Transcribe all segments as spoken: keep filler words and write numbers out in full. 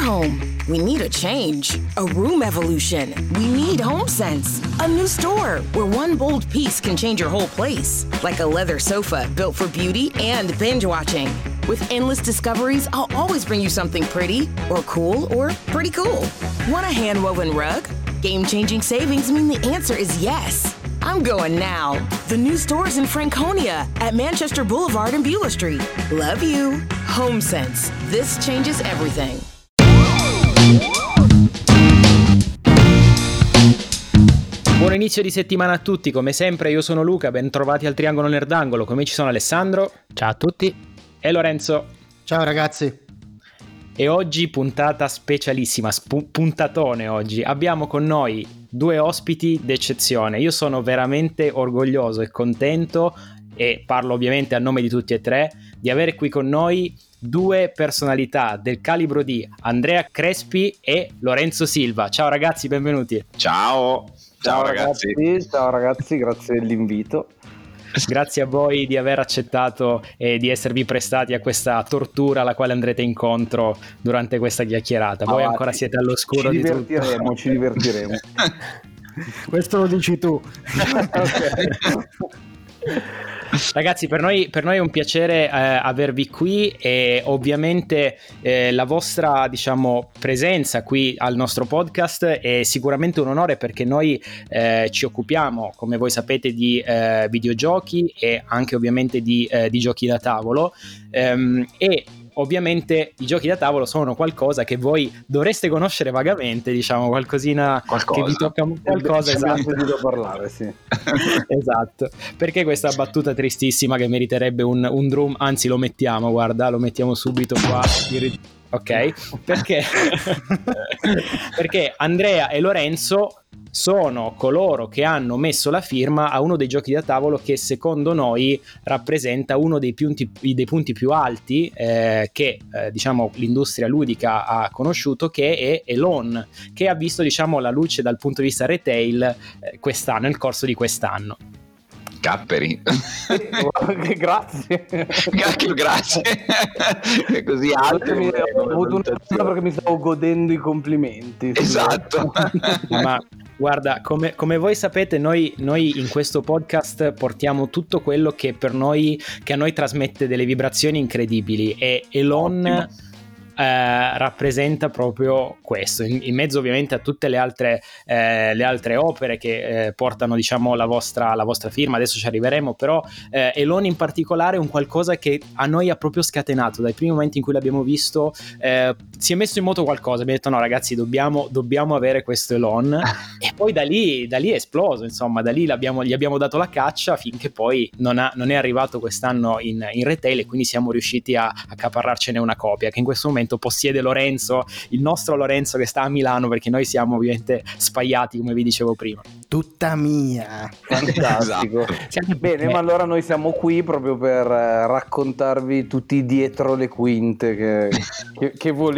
home. We need a change, a room evolution. We need HomeSense, a new store where one bold piece can change your whole place. Like a leather sofa built for beauty and binge watching. With endless discoveries, I'll always bring you something pretty, or cool, or pretty cool. Want a hand-woven rug? Game-changing savings mean the answer is yes. I'm going now. The new store's in Franconia at Manchester Boulevard and Beulah Street. Love you. HomeSense. This changes everything. Buon inizio di settimana a tutti, come sempre io sono Luca, ben trovati al Triangolo Nerdangolo, come ci sono Alessandro. Ciao a tutti. E Lorenzo. Ciao ragazzi. E oggi puntata specialissima, sp- puntatone oggi. Abbiamo con noi due ospiti d'eccezione. Io sono veramente orgoglioso e contento, e parlo ovviamente a nome di tutti e tre, di avere qui con noi due personalità del calibro di Andrea Crespi e Lorenzo Silva. Ciao ragazzi, benvenuti. Ciao. Ciao, Ciao ragazzi. ragazzi. Ciao ragazzi, grazie dell'invito. Grazie a voi di aver accettato e di esservi prestati a questa tortura alla quale andrete incontro durante questa chiacchierata. Voi ah, ancora ci, siete all'oscuro ci di tutto. Ci divertiremo, ci divertiremo. Questo lo dici tu. Ragazzi, per noi, per noi è un piacere eh, avervi qui, e ovviamente eh, la vostra, diciamo, presenza qui al nostro podcast è sicuramente un onore, perché noi eh, ci occupiamo, come voi sapete, di eh, videogiochi e anche ovviamente di, eh, di giochi da tavolo, ehm, e ovviamente i giochi da tavolo sono qualcosa che voi dovreste conoscere vagamente, diciamo, qualcosina Qualcosa. che vi tocca qualcosa, esatto. Sentito parlare, sì. Esatto, perché questa battuta tristissima che meriterebbe un, un drum, anzi lo mettiamo, guarda, lo mettiamo subito qua, ok? Perché perché Andrea e Lorenzo sono coloro che hanno messo la firma a uno dei giochi da tavolo che secondo noi rappresenta uno dei punti, dei punti più alti eh, che eh, diciamo l'industria ludica ha conosciuto, che è Elon, che ha visto, diciamo, la luce dal punto di vista retail eh, quest'anno, nel corso di quest'anno. Capperi. Grazie. Cacchio, grazie. È così alto. Mi, ho avuto una cosa perché mi stavo godendo i complimenti. Esatto. Ma guarda, come, come voi sapete, noi, noi in questo podcast portiamo tutto quello che per noi, che a noi trasmette delle vibrazioni incredibili, e Elon eh, rappresenta proprio questo, in, in mezzo ovviamente a tutte le altre, eh, le altre opere che eh, portano, diciamo, la vostra, la vostra firma. Adesso ci arriveremo, però eh, Elon in particolare è un qualcosa che a noi ha proprio scatenato dai primi momenti in cui l'abbiamo visto. Eh, si è messo in moto qualcosa, abbiamo detto no ragazzi, dobbiamo, dobbiamo avere questo Elon, e poi da lì, da lì è esploso, insomma, da lì l'abbiamo, gli abbiamo dato la caccia finché poi non, ha, non è arrivato quest'anno in, in retail, e quindi siamo riusciti a accaparrarcene una copia che in questo momento possiede Lorenzo, il nostro Lorenzo, che sta a Milano, perché noi siamo ovviamente spaiati, come vi dicevo prima. Tutta mia. Fantastico. Esatto. Bene, ma allora noi siamo qui proprio per eh, raccontarvi tutti dietro le quinte che, che, che volete.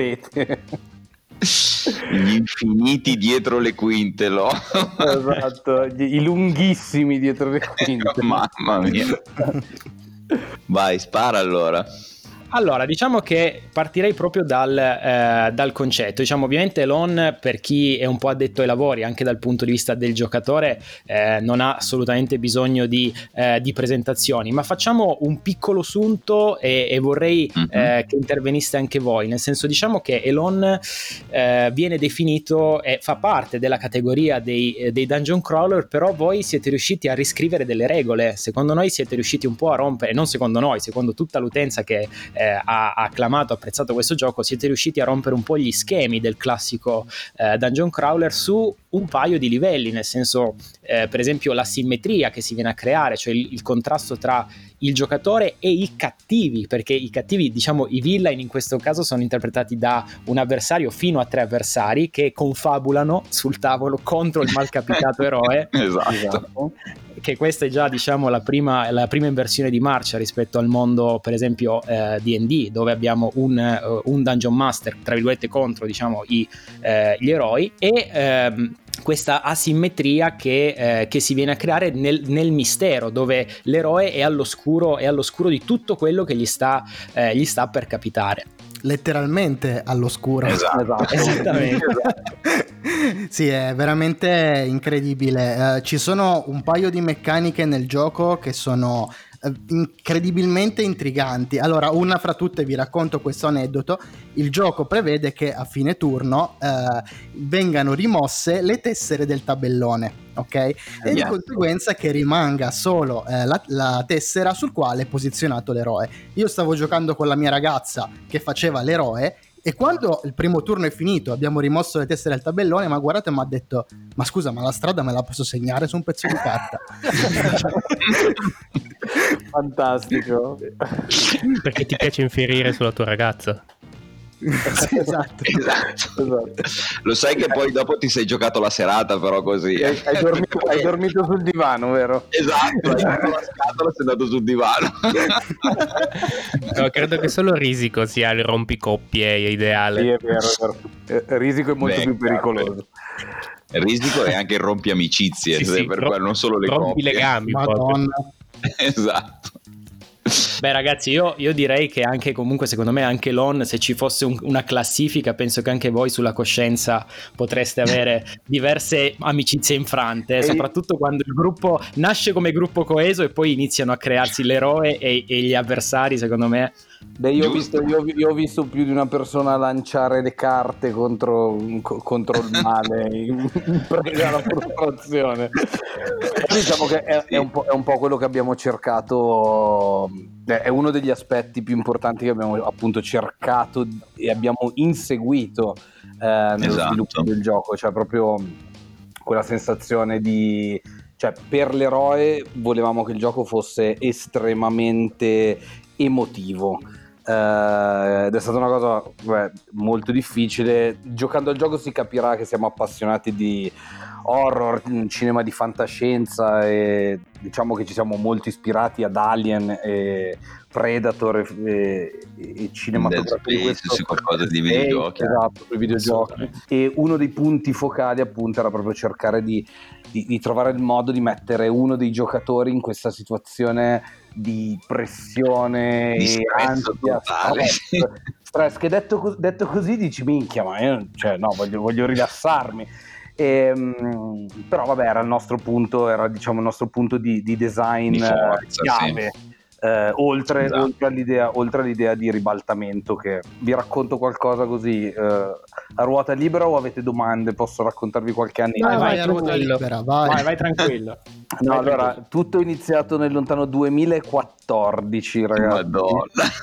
Gli infiniti dietro le quinte, lo. Esatto, i lunghissimi dietro le quinte. Mamma mia. Vai, spara allora. Allora, diciamo che partirei proprio dal, eh, dal concetto. Diciamo, ovviamente Elon, per chi è un po' addetto ai lavori, anche dal punto di vista del giocatore, eh, non ha assolutamente bisogno di, eh, di presentazioni, ma facciamo un piccolo sunto, e, e vorrei mm-hmm. eh, che interveniste anche voi, nel senso, diciamo che Elon eh, viene definito e fa parte della categoria dei, dei dungeon crawler, però voi siete riusciti a riscrivere delle regole. Secondo noi siete riusciti un po' a rompere, non secondo noi, secondo tutta l'utenza che Eh, ha, ha acclamato, apprezzato questo gioco, siete riusciti a rompere un po' gli schemi del classico eh, dungeon crawler su un paio di livelli, nel senso eh, per esempio la simmetria che si viene a creare, cioè il, il contrasto tra il giocatore e i cattivi, perché i cattivi, diciamo i villain in questo caso, sono interpretati da un avversario fino a tre avversari che confabulano sul tavolo contro il malcapitato eroe. Esatto. Che questa è già, diciamo, la prima, la prima inversione di marcia rispetto al mondo, per esempio eh, D and D, dove abbiamo un, uh, un dungeon master, tra virgolette, contro, diciamo, i, eh, gli eroi, e ehm, questa asimmetria che, eh, che si viene a creare nel, nel mistero, dove l'eroe è all'oscuro, è all'oscuro di tutto quello che gli sta, eh, gli sta per capitare. letteralmente all'oscuro. Esatto, Esatto. Esattamente. Sì, è veramente incredibile. Eh, ci sono un paio di meccaniche nel gioco che sono eh, incredibilmente intriganti. Allora, una fra tutte vi racconto questo aneddoto. Il gioco prevede che a fine turno eh, vengano rimosse le tessere del tabellone, ok? E di Yeah. conseguenza che rimanga solo eh, la, la tessera sul quale è posizionato l'eroe. Io stavo giocando con la mia ragazza che faceva l'eroe, e quando il primo turno è finito abbiamo rimosso le tessere del tabellone, ma guardate, mi ha detto: ma scusa, ma la strada me la posso segnare su un pezzo di carta? Fantastico. Perché ti piace infierire sulla tua ragazza. Sì, esatto. Esatto. Esatto. Lo sai che poi dopo ti sei giocato la serata, però così. Hai, hai dormito, hai dormito sul divano, vero? Esatto, hai fatto la scatola e sei andato sul divano. No, credo che solo Risico sia il rompicoppie ideale. Sì, è vero, è vero. Eh, Risico è molto Beh, più pericoloso. Il risico è anche il rompi amicizie, Sì, sì, per ro- quello, non solo le rompi coppie. legami proprio. Madonna. Esatto. Beh ragazzi, io, io direi che anche comunque secondo me anche l'On, se ci fosse un- una classifica, penso che anche voi sulla coscienza potreste avere diverse amicizie infrante, eh, soprattutto quando il gruppo nasce come gruppo coeso e poi iniziano a crearsi l'eroe e, e gli avversari, secono me. Beh, io ho, Giusto. visto, io, io ho visto più di una persona lanciare le carte contro, co- contro il male in in preda alla frustrazione. Diciamo che è, è, un po', è un po' quello che abbiamo cercato, è uno degli aspetti più importanti che abbiamo appunto cercato e abbiamo inseguito eh, nello Esatto. sviluppo del gioco, cioè proprio quella sensazione di... cioè per l'eroe volevamo che il gioco fosse estremamente emotivo. Uh, ed è stata una cosa beh, molto difficile. Giocando al gioco si capirà che siamo appassionati di horror, cinema di fantascienza, e diciamo che ci siamo molto ispirati ad Alien e Predator e, e, e cinematografia Dead di questo, Space, su qualcosa di videogiochi. esatto, sui videogiochi. E uno dei punti focali appunto era proprio cercare di, di, di trovare il modo di mettere uno dei giocatori in questa situazione di pressione Di e stress ansia, totale. stress, stress che detto, co- detto così dici minchia, ma io cioè, no, voglio, voglio rilassarmi. E, mh, però vabbè, era il nostro punto, era diciamo il nostro punto di, di design Di forza, chiave. sì. Eh, oltre, Esatto. oltre, all'idea, oltre all'idea di ribaltamento, che vi racconto qualcosa così eh, a ruota libera, o avete domande? Posso raccontarvi qualche anno? Vai, vai, vai a ruota tranquillo. libera, vai. Vai, vai tranquillo. No, Vai allora, tranquillo. tutto è iniziato nel lontano duemilaquattordici, ragazzi. Madonna.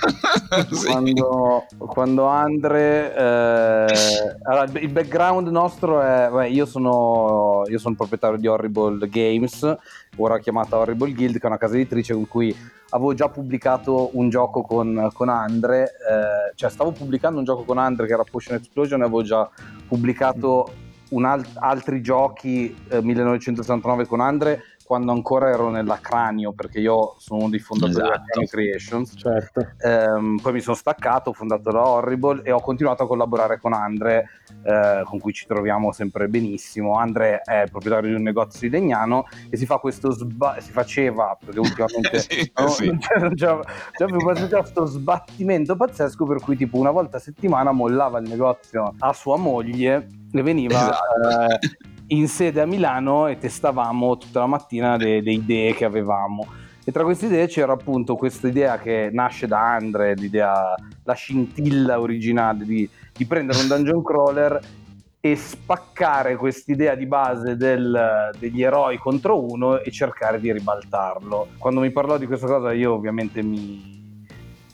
Sì. Quando, quando Andre eh, allora, il background nostro è beh, io sono io sono proprietario di Horrible Games, ora chiamata Horrible Guild, che è una casa editrice con cui avevo già pubblicato un gioco con, con Andre, eh, cioè stavo pubblicando un gioco con Andre che era Potion Explosion, e avevo già pubblicato un alt- altri giochi eh, millenovecentosessantanove con Andre quando ancora ero nella Cranio, perché io sono uno dei fondatori della Esatto. Cranio Creations. Certo. Ehm, poi mi sono staccato, ho fondato la Horrible e ho continuato a collaborare con Andre, eh, con cui ci troviamo sempre benissimo. Andre è il proprietario di un negozio di Legnano e si fa questo sba- si faceva, perché ultimamente Sì, no, sì. non c'è, non c'è, c'è più questo sbattimento pazzesco, per cui tipo una volta a settimana mollava il negozio a sua moglie e veniva Esatto. eh, in sede a Milano e testavamo tutta la mattina le, le idee che avevamo. E tra queste idee c'era appunto questa idea che nasce da Andre, l'idea, la scintilla originale di, di prendere un dungeon crawler e spaccare quest'idea di base del, degli eroi contro uno e cercare di ribaltarlo. Quando mi parlò di questa cosa io ovviamente mi...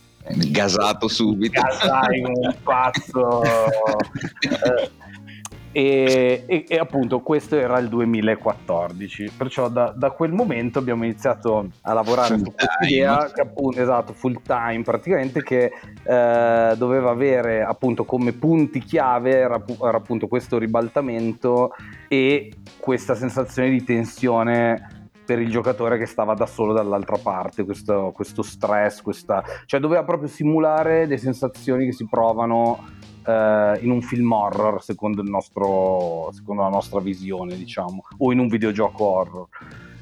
Gasato subito. Gasai come un pazzo. eh, E, e, e appunto questo era il duemilaquattordici, perciò da, da quel momento abbiamo iniziato a lavorare Full su questa time. idea che appunto, esatto, full time praticamente, che eh, doveva avere appunto come punti chiave era, era appunto questo ribaltamento e questa sensazione di tensione per il giocatore che stava da solo dall'altra parte, questo, questo stress, questa, cioè doveva proprio simulare le sensazioni che si provano Uh, in un film horror, secondo il nostro secondo la nostra visione, diciamo, o in un videogioco horror.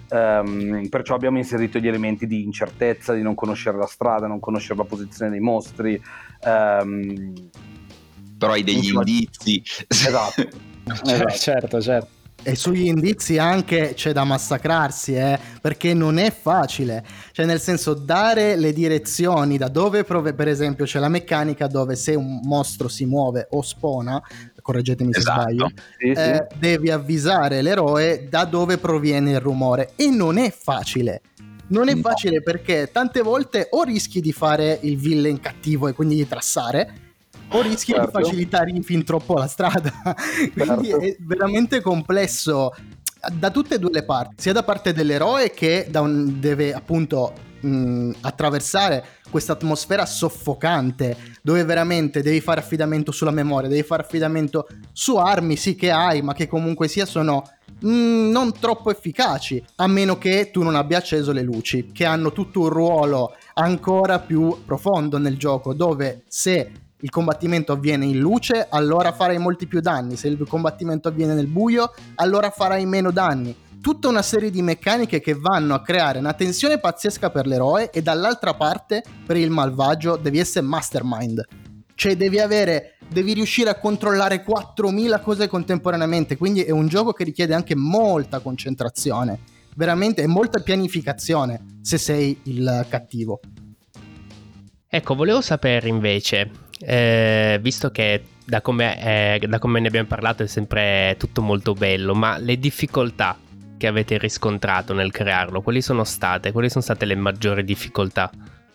Um, perciò abbiamo inserito gli elementi di incertezza, di non conoscere la strada, non conoscere la posizione dei mostri, um, però hai degli insomma, indizi. Esatto, esatto. certo, certo. E sugli indizi anche c'è da massacrarsi, eh, perché non è facile, cioè nel senso dare le direzioni da dove prove, per esempio c'è la meccanica dove se un mostro si muove o spona, correggetemi se Esatto. sbaglio, Sì, sì. eh, devi avvisare l'eroe da dove proviene il rumore, e non è facile. Non è No. facile perché tante volte o rischi di fare il villain cattivo e quindi di trassare, o rischi Certo. di facilitargli fin troppo la strada. Quindi Certo. è veramente complesso da tutte e due le parti, sia da parte dell'eroe che da un, deve appunto mh, attraversare questa atmosfera soffocante dove veramente devi fare affidamento sulla memoria, devi fare affidamento su armi sì che hai, ma che comunque sia sono mh, non troppo efficaci, a meno che tu non abbia acceso le luci, che hanno tutto un ruolo ancora più profondo nel gioco, dove se il combattimento avviene in luce, allora farai molti più danni, se il combattimento avviene nel buio, allora farai meno danni. Tutta una serie di meccaniche che vanno a creare una tensione pazzesca per l'eroe, e dall'altra parte per il malvagio devi essere mastermind, cioè devi avere devi riuscire a controllare quattromila cose contemporaneamente, quindi è un gioco che richiede anche molta concentrazione, veramente, e molta pianificazione se sei il cattivo. Ecco, volevo sapere invece, eh, visto che da come, eh, da come ne abbiamo parlato è sempre tutto molto bello, ma le difficoltà che avete riscontrato nel crearlo, quali sono state? Quali sono state le maggiori difficoltà?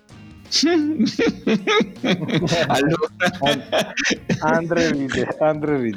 Allora, Andre ride, Andre ride.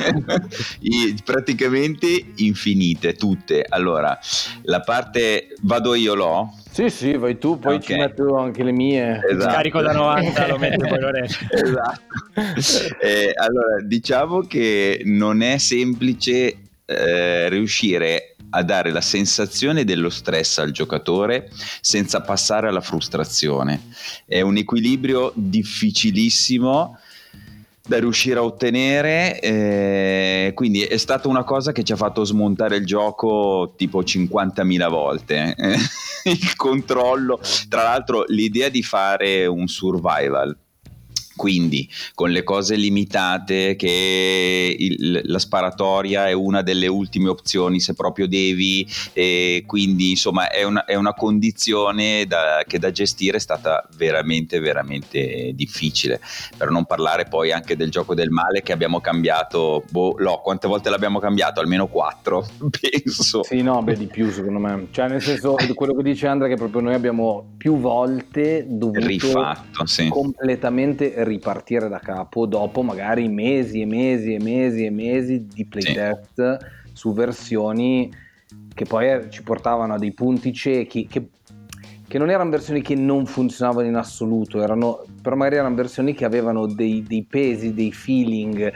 I- praticamente infinite, tutte. Allora, la parte vado io l'ho. Sì, sì, vai tu, poi Ok. ci metto anche le mie. Esatto. Carico da novanta, lo mette poi Lorenzo. Esatto. Eh, allora, diciamo che non è semplice eh, riuscire a dare la sensazione dello stress al giocatore senza passare alla frustrazione. È un equilibrio difficilissimo da riuscire a ottenere, eh, quindi è stata una cosa che ci ha fatto smontare il gioco tipo cinquantamila volte. Il controllo, tra l'altro l'idea di fare un survival, quindi con le cose limitate, che il, la sparatoria è una delle ultime opzioni se proprio devi, e quindi insomma è una, è una condizione da, che da gestire è stata veramente veramente difficile, per non parlare poi anche del gioco del male che abbiamo cambiato, boh, no, quante volte l'abbiamo cambiato? Almeno quattro, penso. Sì, no, beh, di più secondo me. Cioè, nel senso, quello che dice Andrea, che proprio noi abbiamo più volte dovuto Rifatto, sì. completamente ripartire da capo dopo magari mesi e mesi e mesi e mesi di playtest sì. su versioni che poi ci portavano a dei punti ciechi che, che non erano versioni che non funzionavano in assoluto, erano, però magari erano versioni che avevano dei, dei pesi, dei feeling,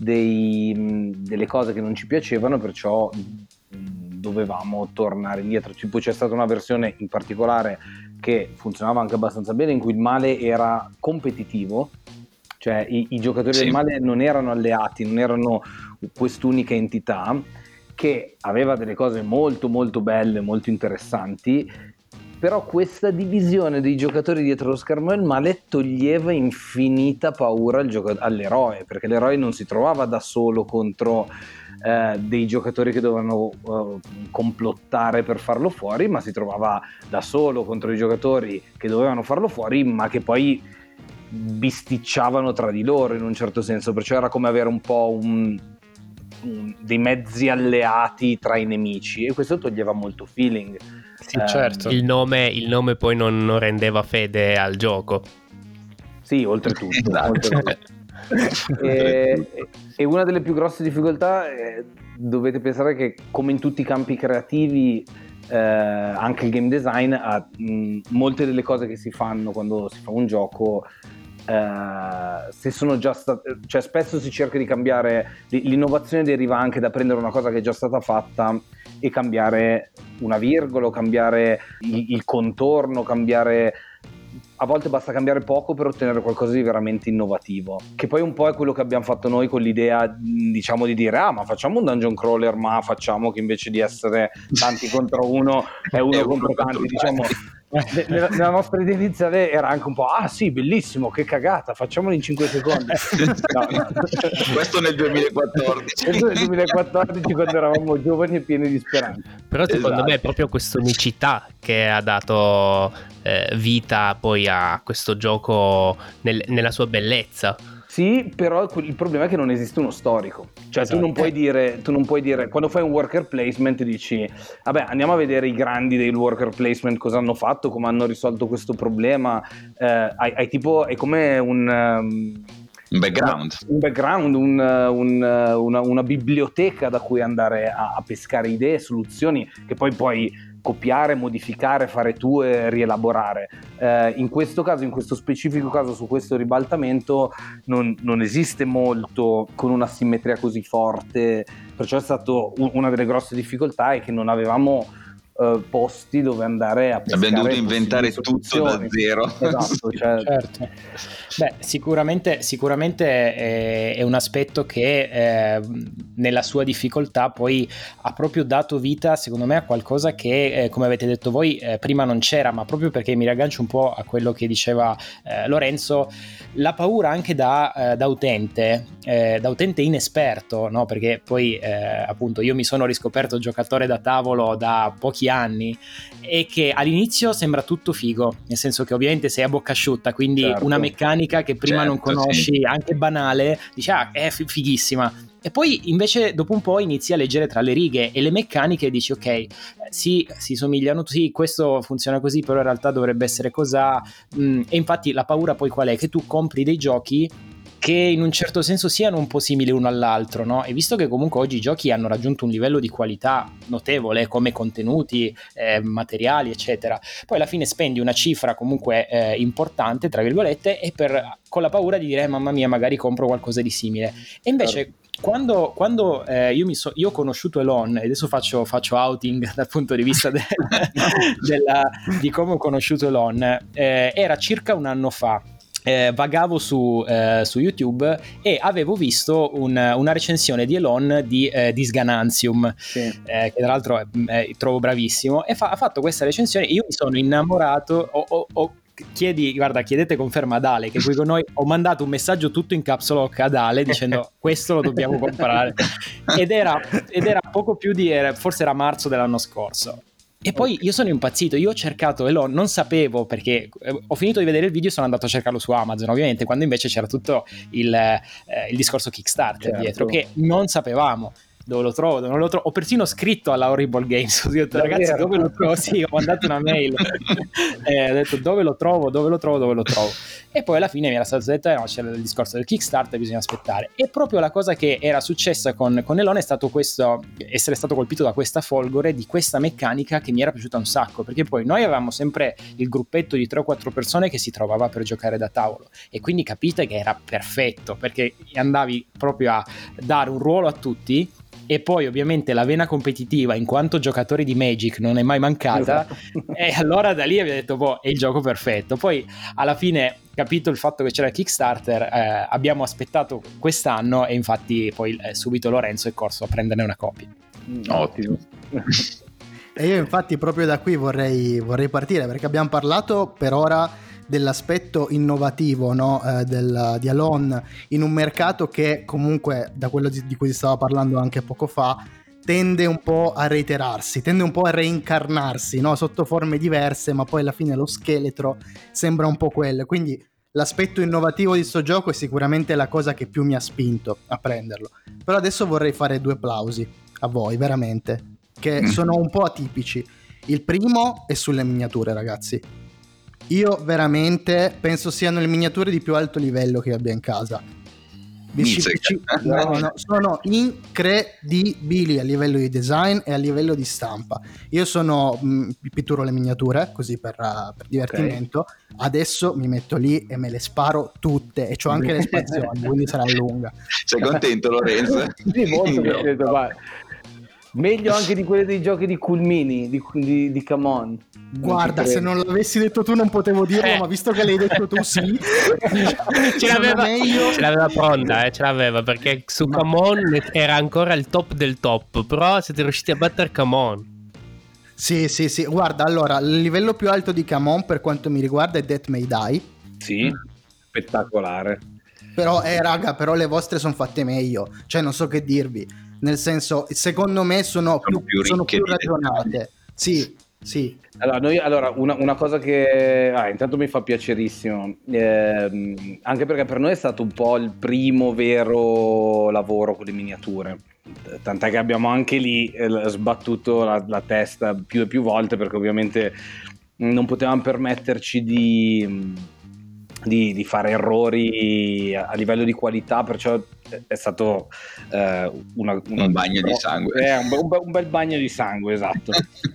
dei, delle cose che non ci piacevano, perciò dovevamo tornare indietro. Tipo c'è stata una versione in particolare che funzionava anche abbastanza bene, in cui il male era competitivo, cioè i, i giocatori sì. del male non erano alleati, non erano quest'unica entità, che aveva delle cose molto molto belle, molto interessanti, però questa divisione dei giocatori dietro lo schermo del male toglieva infinita paura al gioco- all'eroe, perché l'eroe non si trovava da solo contro eh, dei giocatori che dovevano uh, complottare per farlo fuori, ma si trovava da solo contro i giocatori che dovevano farlo fuori, ma che poi bisticciavano tra di loro in un certo senso, perciò era come avere un po' un, un, dei mezzi alleati tra i nemici, e questo toglieva molto feeling. Sì, certo. Il nome, il nome poi non, non rendeva fede al gioco. Sì, oltretutto. Esatto. oltretutto. e, e una delle più grosse difficoltà è, dovete pensare che come in tutti i campi creativi eh, anche il game design ha mh, molte delle cose che si fanno quando si fa un gioco eh, se sono già state, cioè spesso si cerca di cambiare, l'innovazione deriva anche da prendere una cosa che è già stata fatta e cambiare una virgola, cambiare il, il contorno, cambiare a volte basta cambiare poco per ottenere qualcosa di veramente innovativo, che poi un po' è quello che abbiamo fatto noi con l'idea, diciamo, di dire ah ma facciamo un dungeon crawler, ma facciamo che invece di essere tanti contro uno è uno contro tanti, diciamo. Nella, nella nostra idea iniziale era anche un po' ah sì, bellissimo, che cagata, facciamolo in cinque secondi. No, no. Questo nel duemilaquattordici. Questo nel duemilaquattordici, quando eravamo giovani e pieni di speranza. Però secondo Esatto. me è proprio questa unicità che ha dato eh, vita poi a questo gioco nel- nella sua bellezza. Sì, però il problema è che non esiste uno storico. Cioè Esatto. tu non puoi dire, tu non puoi dire, quando fai un worker placement dici, vabbè, andiamo a vedere i grandi del worker placement cosa hanno fatto, come hanno risolto questo problema. Eh, hai, hai tipo, è come un... Um, Un background. Un background, un, un, una, una biblioteca da cui andare a, a pescare idee, soluzioni che poi puoi copiare, modificare, fare tu e rielaborare. Eh, in questo caso, in questo specifico caso, su questo ribaltamento non, non esiste molto con una simmetria così forte, perciò è stato un, una delle grosse difficoltà è che non avevamo uh, posti dove andare a pescare. Abbiamo dovuto inventare tutto da zero. Esatto, cioè... certo. Beh, sicuramente, sicuramente è, è un aspetto che eh, nella sua difficoltà poi ha proprio dato vita, secondo me, a qualcosa che, eh, come avete detto voi, eh, prima non c'era, ma proprio perché mi riaggancio un po' a quello che diceva eh, Lorenzo, la paura anche da, eh, da utente, eh, da utente inesperto, no? Perché poi eh, appunto io mi sono riscoperto giocatore da tavolo da pochi anni e che all'inizio sembra tutto figo, nel senso che ovviamente sei a bocca asciutta, quindi Certo. una meccanica che prima Certo, non conosci, sì. anche banale, dici ah è f- fighissima, e poi invece dopo un po' inizi a leggere tra le righe e le meccaniche e dici ok, eh, sì, si somigliano, sì, questo funziona così, però in realtà dovrebbe essere cosà. Mm, e infatti la paura poi qual è? Che tu compri dei giochi che in un certo senso siano un po' simili uno all'altro, no? E visto che comunque oggi i giochi hanno raggiunto un livello di qualità notevole come contenuti, eh, materiali, eccetera, poi alla fine spendi una cifra comunque eh, importante, tra virgolette, e per, con la paura di dire eh, mamma mia, magari compro qualcosa di simile. E invece Certo. quando, quando eh, io, mi so, io ho conosciuto Elon, e adesso faccio, faccio outing dal punto di vista del, della, di come ho conosciuto Elon, eh, era circa un anno fa. Eh, vagavo su, eh, su YouTube e avevo visto un, una recensione di Elon di, eh, di Sganantium, Sì. eh, che tra l'altro eh, trovo bravissimo, e fa, ha fatto questa recensione. Io mi sono innamorato, ho, ho, ho chiedi, guarda, chiedete conferma ad Ale che qui con noi, ho mandato un messaggio tutto in caps lock ad Ale dicendo questo lo dobbiamo comprare, ed era, ed era poco più di, forse era marzo dell'anno scorso. E poi io sono impazzito, io ho cercato Elon, non sapevo, perché eh, ho finito di vedere il video e sono andato a cercarlo su Amazon, ovviamente, quando invece c'era tutto il, eh, il discorso Kickstarter, certo, dietro, che non sapevamo. Dove lo trovo, dove non lo trovo. Ho persino scritto alla Horrible Games, così ho detto ragazzi dove lo trovo, sì, ho mandato una mail e ho detto dove lo trovo, dove lo trovo, dove lo trovo, e poi alla fine mi era stato detto eh no, c'era il discorso del Kickstarter, bisogna aspettare. E proprio la cosa che era successa con, con Elon è stato questo, essere stato colpito da questa folgore di questa meccanica che mi era piaciuta un sacco, perché poi noi avevamo sempre il gruppetto di tre o quattro persone che si trovava per giocare da tavolo, e quindi capite che era perfetto, perché andavi proprio a dare un ruolo a tutti. E poi ovviamente la vena competitiva in quanto giocatori di Magic non è mai mancata, esatto. E allora da lì abbiamo detto boh, è il gioco perfetto. Poi alla fine, capito il fatto che c'era il Kickstarter, eh, abbiamo aspettato quest'anno e infatti poi eh, subito Lorenzo è corso a prenderne una copia. Ottimo. E io infatti proprio da qui vorrei, vorrei partire, perché abbiamo parlato per ora dell'aspetto innovativo, no? eh, del, di Elon in un mercato che comunque, da quello di, di cui si stava parlando anche poco fa, tende un po' a reiterarsi, tende un po' a reincarnarsi, no? Sotto forme diverse, ma poi alla fine lo scheletro sembra un po' quello. Quindi l'aspetto innovativo di sto gioco è sicuramente la cosa che più mi ha spinto a prenderlo. Però adesso vorrei fare due applausi a voi, veramente, che mm. sono un po' atipici. Il primo è sulle miniature, ragazzi. Io veramente penso siano le miniature di più alto livello che abbia in casa. Ci, ci, no, no, sono incredibili a livello di design e a livello di stampa. Io sono mh, pitturo le miniature così per, uh, per divertimento. Okay. Adesso mi metto lì e me le sparo tutte, e c'ho anche le espansioni, quindi sarà lunga. Sei contento, Lorenzo? Sì, molto contento, vai. Meglio anche di quelle dei giochi di Culmini, di, di, di Come On. Guarda, se non l'avessi detto tu non potevo dirlo, Eh. ma visto che l'hai detto tu sì. ce, l'aveva, meglio... ce l'aveva pronta, eh, ce l'aveva, perché su Ma... Come On era ancora il top del top, però siete riusciti a battere Come On. Sì, sì, sì. Guarda, allora, il livello più alto di Come On per quanto mi riguarda è Death May Die. Sì, spettacolare. Però, eh, raga, però le vostre sono fatte meglio. Cioè, non so che dirvi. Nel senso, secondo me sono, Sono più, più sono ricche più di ragionate. dettagli. Sì, sì. Allora, noi, allora una, una cosa che ah, intanto mi fa piacerissimo, ehm, anche perché per noi è stato un po' il primo vero lavoro con le miniature. Tant'è che abbiamo anche lì eh, sbattuto la, la testa più e più volte, perché ovviamente non potevamo permetterci di, di, di fare errori a, a livello di qualità, perciò è stato eh, una, una, un bagno di sangue, eh, un, un, un bel bagno di sangue, esatto.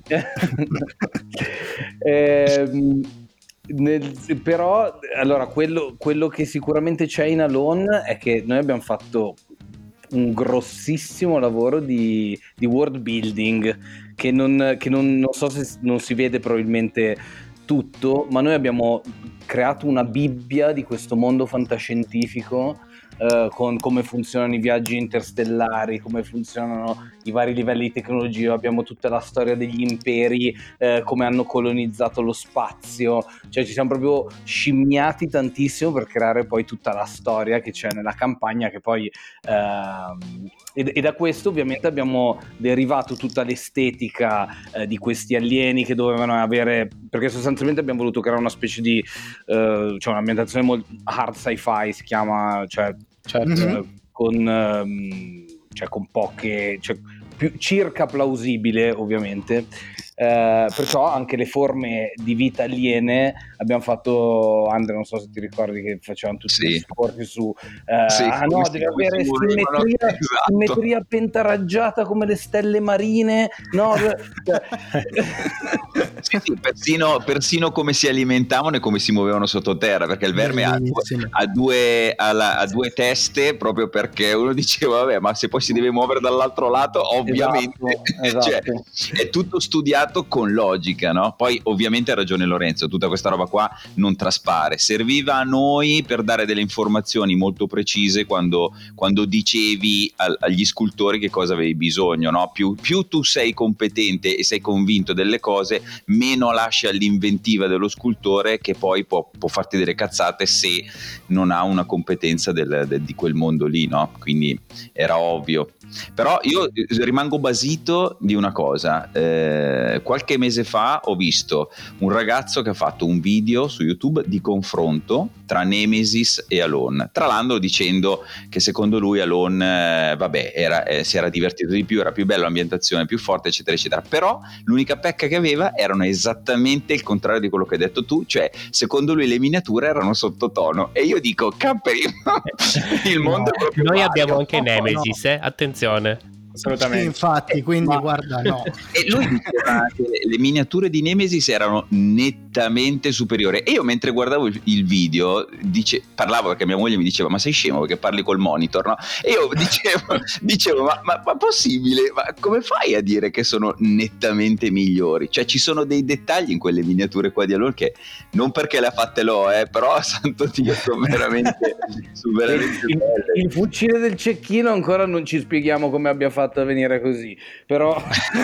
eh, nel, però allora quello, quello che sicuramente c'è in Alone è che noi abbiamo fatto un grossissimo lavoro di, di world building che, non, che non, non so se non si vede probabilmente tutto, ma noi abbiamo creato una bibbia di questo mondo fantascientifico, Uh, con come funzionano i viaggi interstellari, come funzionano i vari livelli di tecnologia. Abbiamo tutta la storia degli imperi, uh, come hanno colonizzato lo spazio, cioè ci siamo proprio scimmiati tantissimo per creare poi tutta la storia che c'è nella campagna, che poi uh, e, e da questo ovviamente abbiamo derivato tutta l'estetica uh, di questi alieni che dovevano avere, perché sostanzialmente abbiamo voluto creare una specie di uh, cioè un'ambientazione molto hard sci-fi, si chiama, cioè certo. mm-hmm. con, um, cioè con poche, cioè più, circa plausibile ovviamente, eh, perciò anche le forme di vita aliene abbiamo fatto. Andre, non so se ti ricordi che facevano tutti sì. gli discorsi su eh, sì, ah no, deve avere simmetria, esatto. simmetria pentaraggiata come le stelle marine, no? sì, sì, persino, persino come si alimentavano e come si muovevano sottoterra, perché il verme ha due, ha, due, ha, la, ha due teste, proprio perché uno diceva vabbè, ma se poi si deve muovere dall'altro lato ovviamente esatto, cioè, esatto. è tutto studiato con logica, no? Poi ovviamente ha ragione Lorenzo, tutta questa roba qua non traspare, serviva a noi per dare delle informazioni molto precise quando, quando dicevi al, agli scultori che cosa avevi bisogno, no? Più, più tu sei competente e sei convinto delle cose, meno lasci all'inventiva dello scultore, che poi può, può farti delle cazzate se non ha una competenza del, del, di quel mondo lì, no? Quindi era ovvio. Però io rimango basito di una cosa, eh, qualche mese fa ho visto un ragazzo che ha fatto un video su YouTube di confronto tra Nemesis e Alone, tra l'altro dicendo che secondo lui Alone eh, vabbè era, eh, si era divertito di più, era più bello, l'ambientazione più forte eccetera eccetera, però l'unica pecca che aveva erano esattamente il contrario di quello che hai detto tu, cioè secondo lui le miniature erano sottotono, e io dico capperi, il mondo no, è proprio noi vario. abbiamo anche no, Nemesis, no. eh? Attenzione. Assolutamente. Sì, infatti, quindi Ma... guarda, no. E lui diceva che le miniature di Nemesis erano nettamente superiori, e io mentre guardavo il, il video dice, parlavo, perché mia moglie mi diceva ma sei scemo perché parli col monitor, no? E io dicevo, dicevo ma, ma, ma possibile, ma come fai a dire che sono nettamente migliori? Cioè ci sono dei dettagli in quelle miniature qua di Alone che non perché le ha fatte l'ho, eh, però santo Dio sono veramente, sono veramente il, belle. il fucile del cecchino ancora non ci spieghiamo come abbia fatto a venire così, però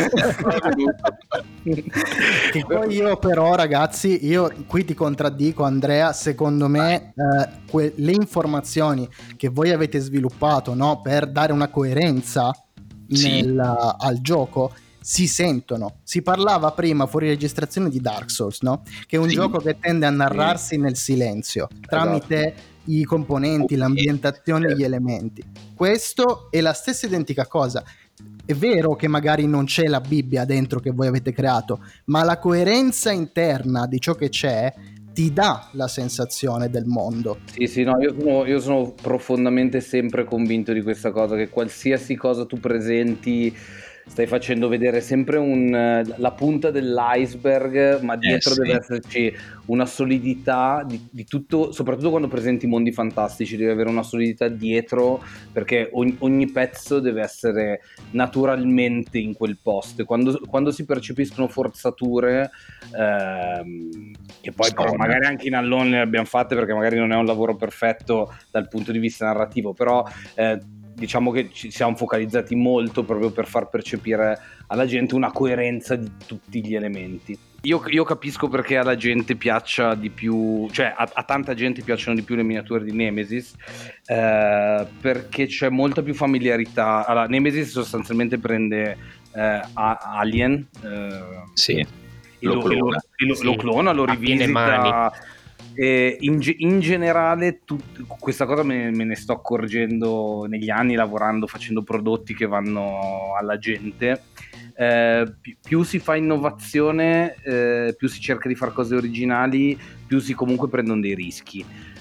che poi io però ragazzi, io qui ti contraddico Andrea, secondo me eh, que- le informazioni che voi avete sviluppato, no, per dare una coerenza Sì. nel, al gioco si sentono. Si parlava prima fuori registrazione di Dark Souls, no? Che è un Sì. gioco che tende a narrarsi sì. nel silenzio, tramite esatto. i componenti, okay. l'ambientazione, certo. gli elementi. Questo è la stessa identica cosa. È vero che magari non c'è la Bibbia dentro che voi avete creato, ma la coerenza interna di ciò che c'è ti dà la sensazione del mondo. Sì, sì, no, io sono, io sono profondamente sempre convinto di questa cosa, che qualsiasi cosa tu presenti stai facendo vedere sempre un, la punta dell'iceberg, ma dietro eh, sì. deve esserci una solidità di, di tutto, soprattutto quando presenti mondi fantastici, deve avere una solidità dietro, perché ogni, ogni pezzo deve essere naturalmente in quel posto, e quando, quando si percepiscono forzature, ehm, che poi però magari anche in Alone le abbiamo fatte, perché magari non è un lavoro perfetto dal punto di vista narrativo, però eh, diciamo che ci siamo focalizzati molto proprio per far percepire alla gente una coerenza di tutti gli elementi. Io, io capisco perché alla gente piaccia di più, cioè a, a tanta gente piacciono di più le miniature di Nemesis, eh, perché c'è molta più familiarità. Allora, Nemesis sostanzialmente prende eh, Alien, eh, sì, lo, lo clona, lo, sì, lo, clona, lo rivisita. E in, in generale tut, questa cosa me, me ne sto accorgendo negli anni, lavorando, facendo prodotti che vanno alla gente. Eh, più, più si fa innovazione, eh, più si cerca di fare cose originali, più si comunque prendono dei rischi.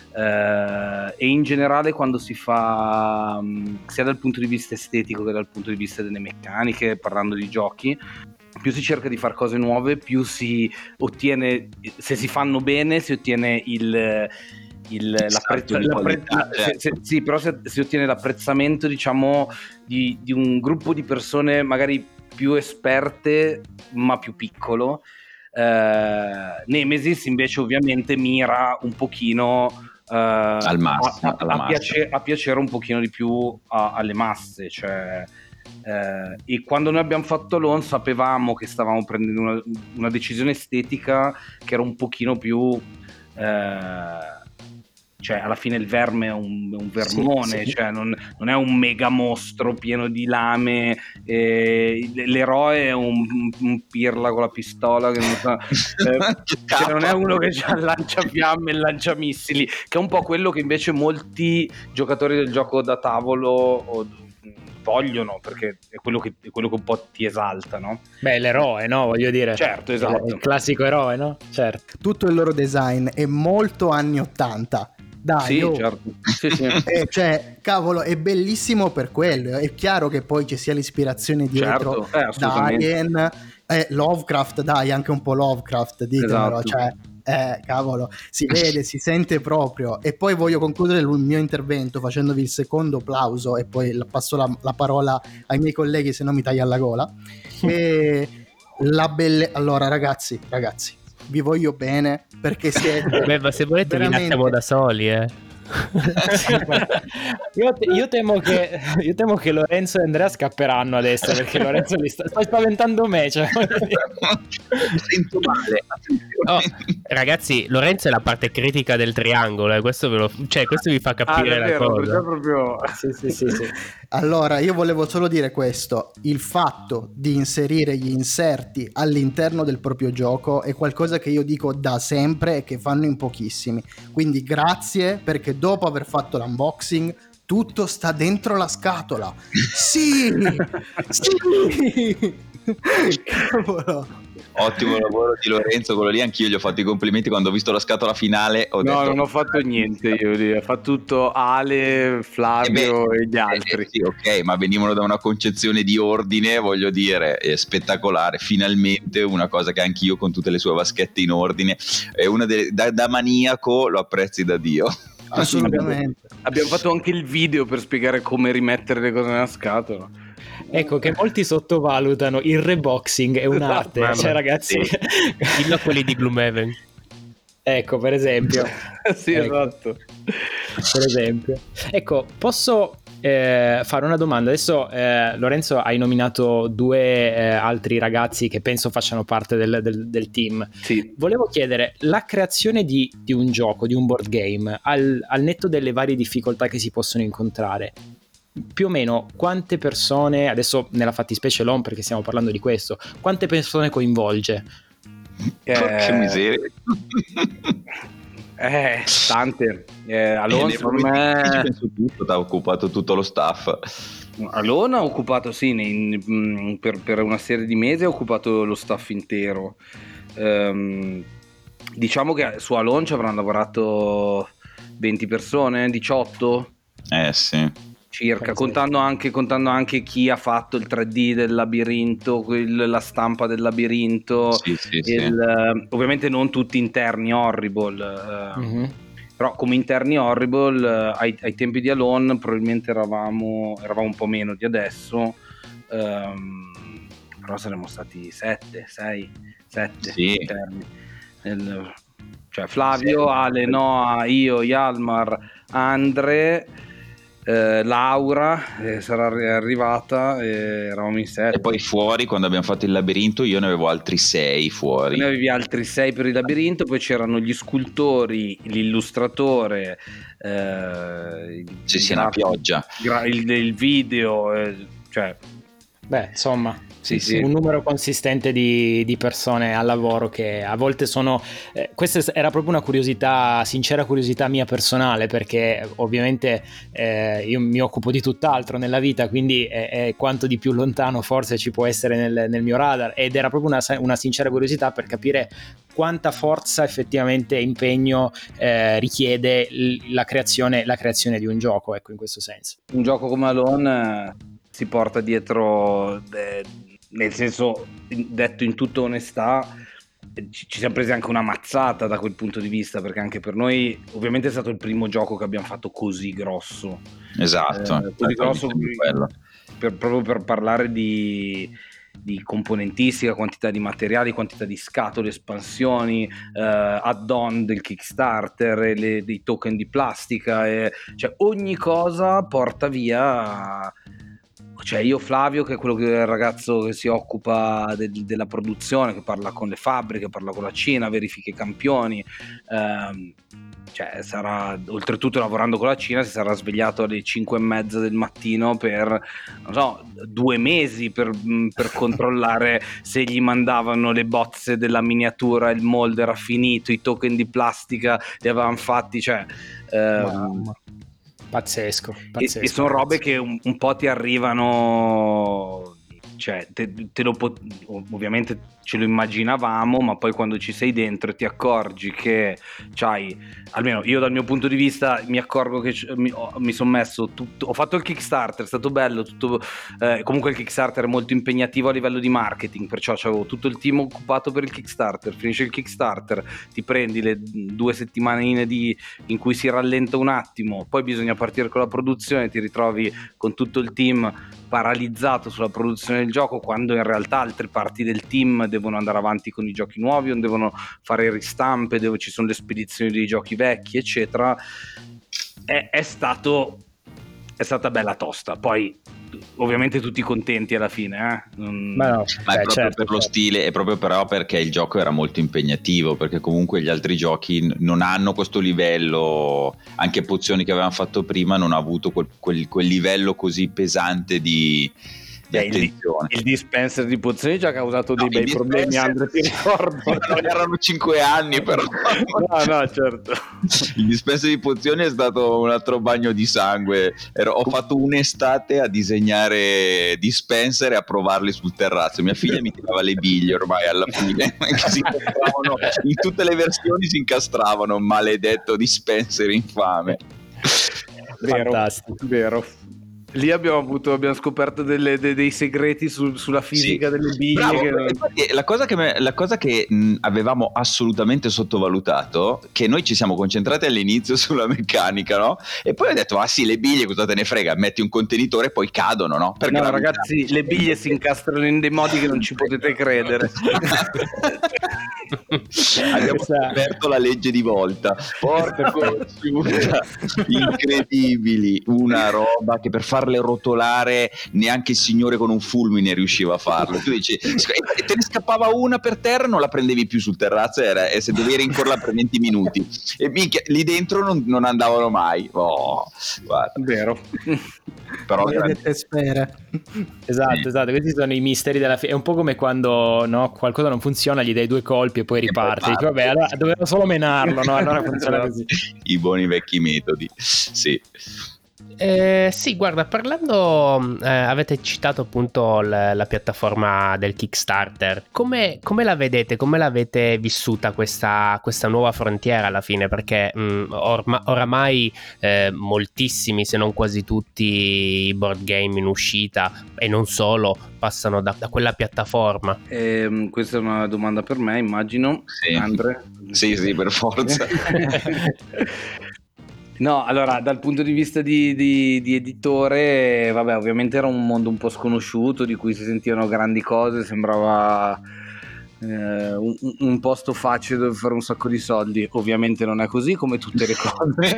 Eh, e in generale quando si fa, sia dal punto di vista estetico che dal punto di vista delle meccaniche, parlando di giochi, più si cerca di fare cose nuove, più si ottiene, se si fanno bene, si ottiene il, il l'apprezz- l'apprezz- se, se, sì, però se, si ottiene l'apprezzamento, diciamo, di, di un gruppo di persone magari più esperte, ma più piccolo. Eh, Nemesis invece ovviamente mira un pochino eh, al massimo, a, a, a, piace, a piacere un pochino di più a, alle masse, cioè. Eh, e quando noi abbiamo fatto Alone sapevamo che stavamo prendendo una, una decisione estetica che era un pochino più eh, cioè alla fine il verme è un, un vermone, sì, sì. Cioè non, non è un mega mostro pieno di lame, eh, l'eroe è un, un pirla con la pistola che non, sa, eh, cioè non è uno che lancia fiamme e lancia missili, che è un po' quello che invece molti giocatori del gioco da tavolo o vogliono, perché è quello che è quello che un po' ti esalta, no? Beh, l'eroe, no? Voglio dire. Certo, esatto. Il classico eroe, no? Certo. Tutto il loro design è molto anni ottanta. Dai, sì, oh. certo. Sì, sì. Eh, cioè, cavolo, è bellissimo per quello. È chiaro che poi ci sia l'ispirazione dietro, certo. eh, da Alien, eh, Lovecraft, dai, anche un po' Lovecraft, ditemelo, esatto. cioè Eh, cavolo, si vede, si sente proprio. E poi voglio concludere il mio intervento facendovi il secondo plauso e poi passo la, la parola ai miei colleghi, se no mi taglia la gola. E la belle... Allora ragazzi, ragazzi, vi voglio bene perché siete... Beh, ma se volete veramente... vi lasciamo da soli, eh. io, te, io, temo che, io temo che Lorenzo e Andrea scapperanno adesso, perché Lorenzo li sta, sta spaventando me, cioè. Mi sento male. Oh, ragazzi, Lorenzo è la parte critica del triangolo, eh. questo, ve lo, cioè, questo vi fa capire ah, la vero, cosa proprio... sì, sì, sì, sì. Allora io volevo solo dire questo: il fatto di inserire gli inserti all'interno del proprio gioco è qualcosa che io dico da sempre e che fanno in pochissimi, quindi grazie, perché dopo aver fatto l'unboxing tutto sta dentro la scatola. Sì, sì. Cavolo. Ottimo lavoro di Lorenzo, quello lì anch'io gli ho fatto i complimenti quando ho visto la scatola finale. Ho no, detto, non ho fatto niente io lì, ho fatto tutto Ale, Flavio e, beh, e gli altri. Eh, sì, ok, ma venivano da una concezione di ordine, voglio dire, è spettacolare. Finalmente una cosa che anch'io con tutte le sue vaschette in ordine, è una delle, da, da maniaco lo apprezzi da Dio. Assolutamente. Abbiamo fatto anche il video per spiegare come rimettere le cose nella scatola. Ecco, che molti sottovalutano il reboxing, è un'arte, esatto, cioè ragazzi, dillo a quelli di Gloomhaven. Ecco, per esempio. Sì, ecco. Esatto. Per esempio. Ecco, posso eh, fare una domanda? Adesso eh, Lorenzo hai nominato due eh, altri ragazzi che penso facciano parte del, del, del team. Sì. Volevo chiedere, la creazione di, di un gioco, di un board game, al, al netto delle varie difficoltà che si possono incontrare, più o meno quante persone, adesso nella fattispecie Lon perché stiamo parlando di questo, quante persone coinvolge? Eh, che miseria. Eh, tante. Eh, Alone, eh, secondo me... penso tutto, ha occupato tutto lo staff. Alone ha occupato, sì, nei, per, per una serie di mesi ha occupato lo staff intero. Um, diciamo che su Alone ci avranno lavorato venti persone, diciotto. Eh sì. circa, contando anche, contando anche chi ha fatto il tre D del labirinto, quel, la stampa del labirinto, sì, sì, il, sì. ovviamente non tutti interni Horrible, eh, mm-hmm. però come interni Horrible eh, ai, ai tempi di Alone probabilmente eravamo, eravamo un po' meno di adesso, ehm, però saremmo stati sette, sei, sette sì. interni. Il, cioè Flavio, sì. Ale, Noah, io, Yalmar, Andre, eh, Laura eh, sarà arrivata, eh, eravamo in sette. E poi fuori, quando abbiamo fatto il labirinto, io ne avevo altri sei fuori. Ne avevi altri sei per il labirinto, poi c'erano gli scultori, l'illustratore, eh, sì, sì, una pioggia, il, il video, eh, cioè beh, insomma, sì, sì, sì. un numero consistente di, di persone al lavoro che a volte sono... Eh, questa era proprio una curiosità, sincera curiosità mia personale, perché ovviamente eh, io mi occupo di tutt'altro nella vita, quindi è, è quanto di più lontano forse ci può essere nel, nel mio radar, ed era proprio una, una sincera curiosità per capire quanta forza effettivamente impegno eh, richiede la creazione, la creazione di un gioco, ecco, in questo senso. Un gioco come Alone eh, si porta dietro... De... nel senso, detto in tutta onestà, ci, ci siamo presi anche una mazzata da quel punto di vista, perché anche per noi ovviamente è stato il primo gioco che abbiamo fatto così grosso, esatto, eh, così grosso per, proprio per parlare di, di componentistica, quantità di materiali, quantità di scatole, espansioni, eh, add-on del Kickstarter, le, dei token di plastica, e, cioè ogni cosa porta via... Cioè io Flavio, che è quello che è il ragazzo che si occupa de- della produzione, che parla con le fabbriche, parla con la Cina, verifica i campioni, ehm, cioè sarà, oltretutto lavorando con la Cina, si sarà svegliato alle cinque e mezza del mattino per, non so, due mesi per, per controllare se gli mandavano le bozze della miniatura, il molde era finito, i token di plastica li avevano fatti, cioè... Ehm, Pazzesco, pazzesco. E, e sono robe che un, un po' ti arrivano, cioè te, te lo pot- ovviamente ce lo immaginavamo, ma poi quando ci sei dentro ti accorgi che c'hai, almeno io dal mio punto di vista mi accorgo che c- mi, mi sono messo tutto, ho fatto il Kickstarter, è stato bello tutto, eh, comunque il Kickstarter è molto impegnativo a livello di marketing, perciò c'avevo tutto il team occupato per il Kickstarter, finisce il Kickstarter, ti prendi le due settimanine di, in cui si rallenta un attimo, poi bisogna partire con la produzione, ti ritrovi con tutto il team paralizzato sulla produzione del gioco, quando in realtà altre parti del team devono andare avanti con i giochi nuovi, non devono fare ristampe, dove ci sono le spedizioni dei giochi vecchi, eccetera. È, è stato è stata bella tosta. Poi ovviamente tutti contenti alla fine, eh? non... ma, no, ma beh, è proprio certo, per lo stile, è proprio però perché il gioco era molto impegnativo, perché comunque gli altri giochi non hanno questo livello, anche Pozioni che avevamo fatto prima non ha avuto quel, quel, quel livello così pesante di Beh, il, il dispenser di pozioni ci ha causato dei no, bei problemi, Andre, ti ricordo. Non erano cinque anni però. No, no, certo. Il dispenser di pozioni è stato un altro bagno di sangue. Ero, ho fatto un'estate a disegnare dispenser e a provarli sul terrazzo. Mia figlia mi tirava le biglie ormai alla fine, che si incastravano, in tutte le versioni si incastravano, maledetto dispenser infame. Vero, fantastico, vero. Lì abbiamo avuto, abbiamo scoperto delle, dei, dei segreti su, sulla fisica sì. delle biglie. Bravo, che non... la cosa che, me, la cosa che mh, avevamo assolutamente sottovalutato, che noi ci siamo concentrati all'inizio sulla meccanica, no? E poi ho detto, ah sì, le biglie cosa te ne frega, metti un contenitore e poi cadono, no? Perché no, ragazzi, le biglie si incastrano in dei modi che non ci potete credere. Abbiamo scoperto la legge di volta, porca incredibili, una roba che per farle rotolare neanche il signore con un fulmine riusciva a farlo. Tu dici, te ne scappava una per terra, non la prendevi più sul terrazzo, era, e se dovevi rincorrerla per venti minuti e minchia, lì dentro non, non andavano mai. Oh, guarda. Vero. Però spera. Esatto, sì. esatto, questi sono i misteri della fine. È un po' come quando no, qualcosa non funziona, gli dai due colpi e poi riparti. Dici, vabbè, allora dovevo solo menarlo, no? Allora funziona così. I buoni vecchi metodi, sì. Eh, sì, guarda, parlando, eh, avete citato appunto l- la piattaforma del Kickstarter. Come, come la vedete? Come l'avete vissuta questa, questa nuova frontiera alla fine? Perché mh, orma- oramai eh, moltissimi, se non quasi tutti, i board game in uscita e non solo passano da, da quella piattaforma. Eh, questa è una domanda per me, immagino. Sì. Andre? Sì, sì, per forza. No, allora dal punto di vista di, di, di editore, vabbè, ovviamente era un mondo un po' sconosciuto, di cui si sentivano grandi cose, sembrava eh, un, un posto facile dove fare un sacco di soldi. Ovviamente non è così, come tutte le cose.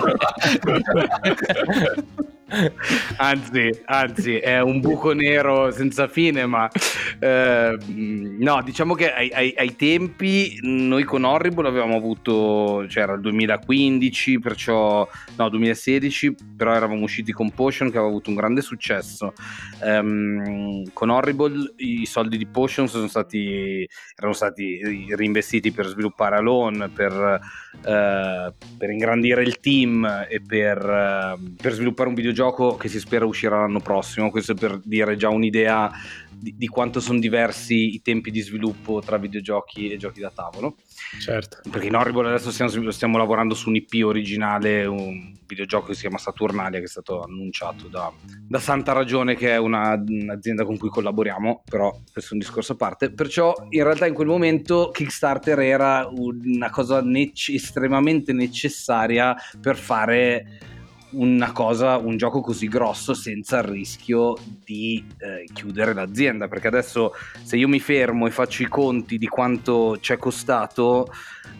Anzi, anzi, è un buco nero senza fine, ma eh, no, diciamo che ai, ai, ai tempi noi con Horrible avevamo avuto, cioè era il duemilaquindici, perciò no, duemilasedici, però eravamo usciti con Potion che aveva avuto un grande successo. Um, con Horrible i soldi di Potion sono stati erano stati reinvestiti per sviluppare Alone, per, eh, per ingrandire il team e per, eh, per sviluppare un videogioco che si spera uscirà l'anno prossimo. Questo per dire già un'idea di, di quanto sono diversi i tempi di sviluppo tra videogiochi e giochi da tavolo. Certo. Perché in Horrible adesso stiamo, stiamo lavorando su un I P originale, un videogioco che si chiama Saturnalia, che è stato annunciato da, da Santa Ragione, che è una, un'azienda con cui collaboriamo, però questo è un discorso a parte. Perciò in realtà in quel momento Kickstarter era una cosa nec- estremamente necessaria per fare una cosa, un gioco così grosso senza il rischio di eh, chiudere l'azienda, perché adesso se io mi fermo e faccio i conti di quanto ci è costato,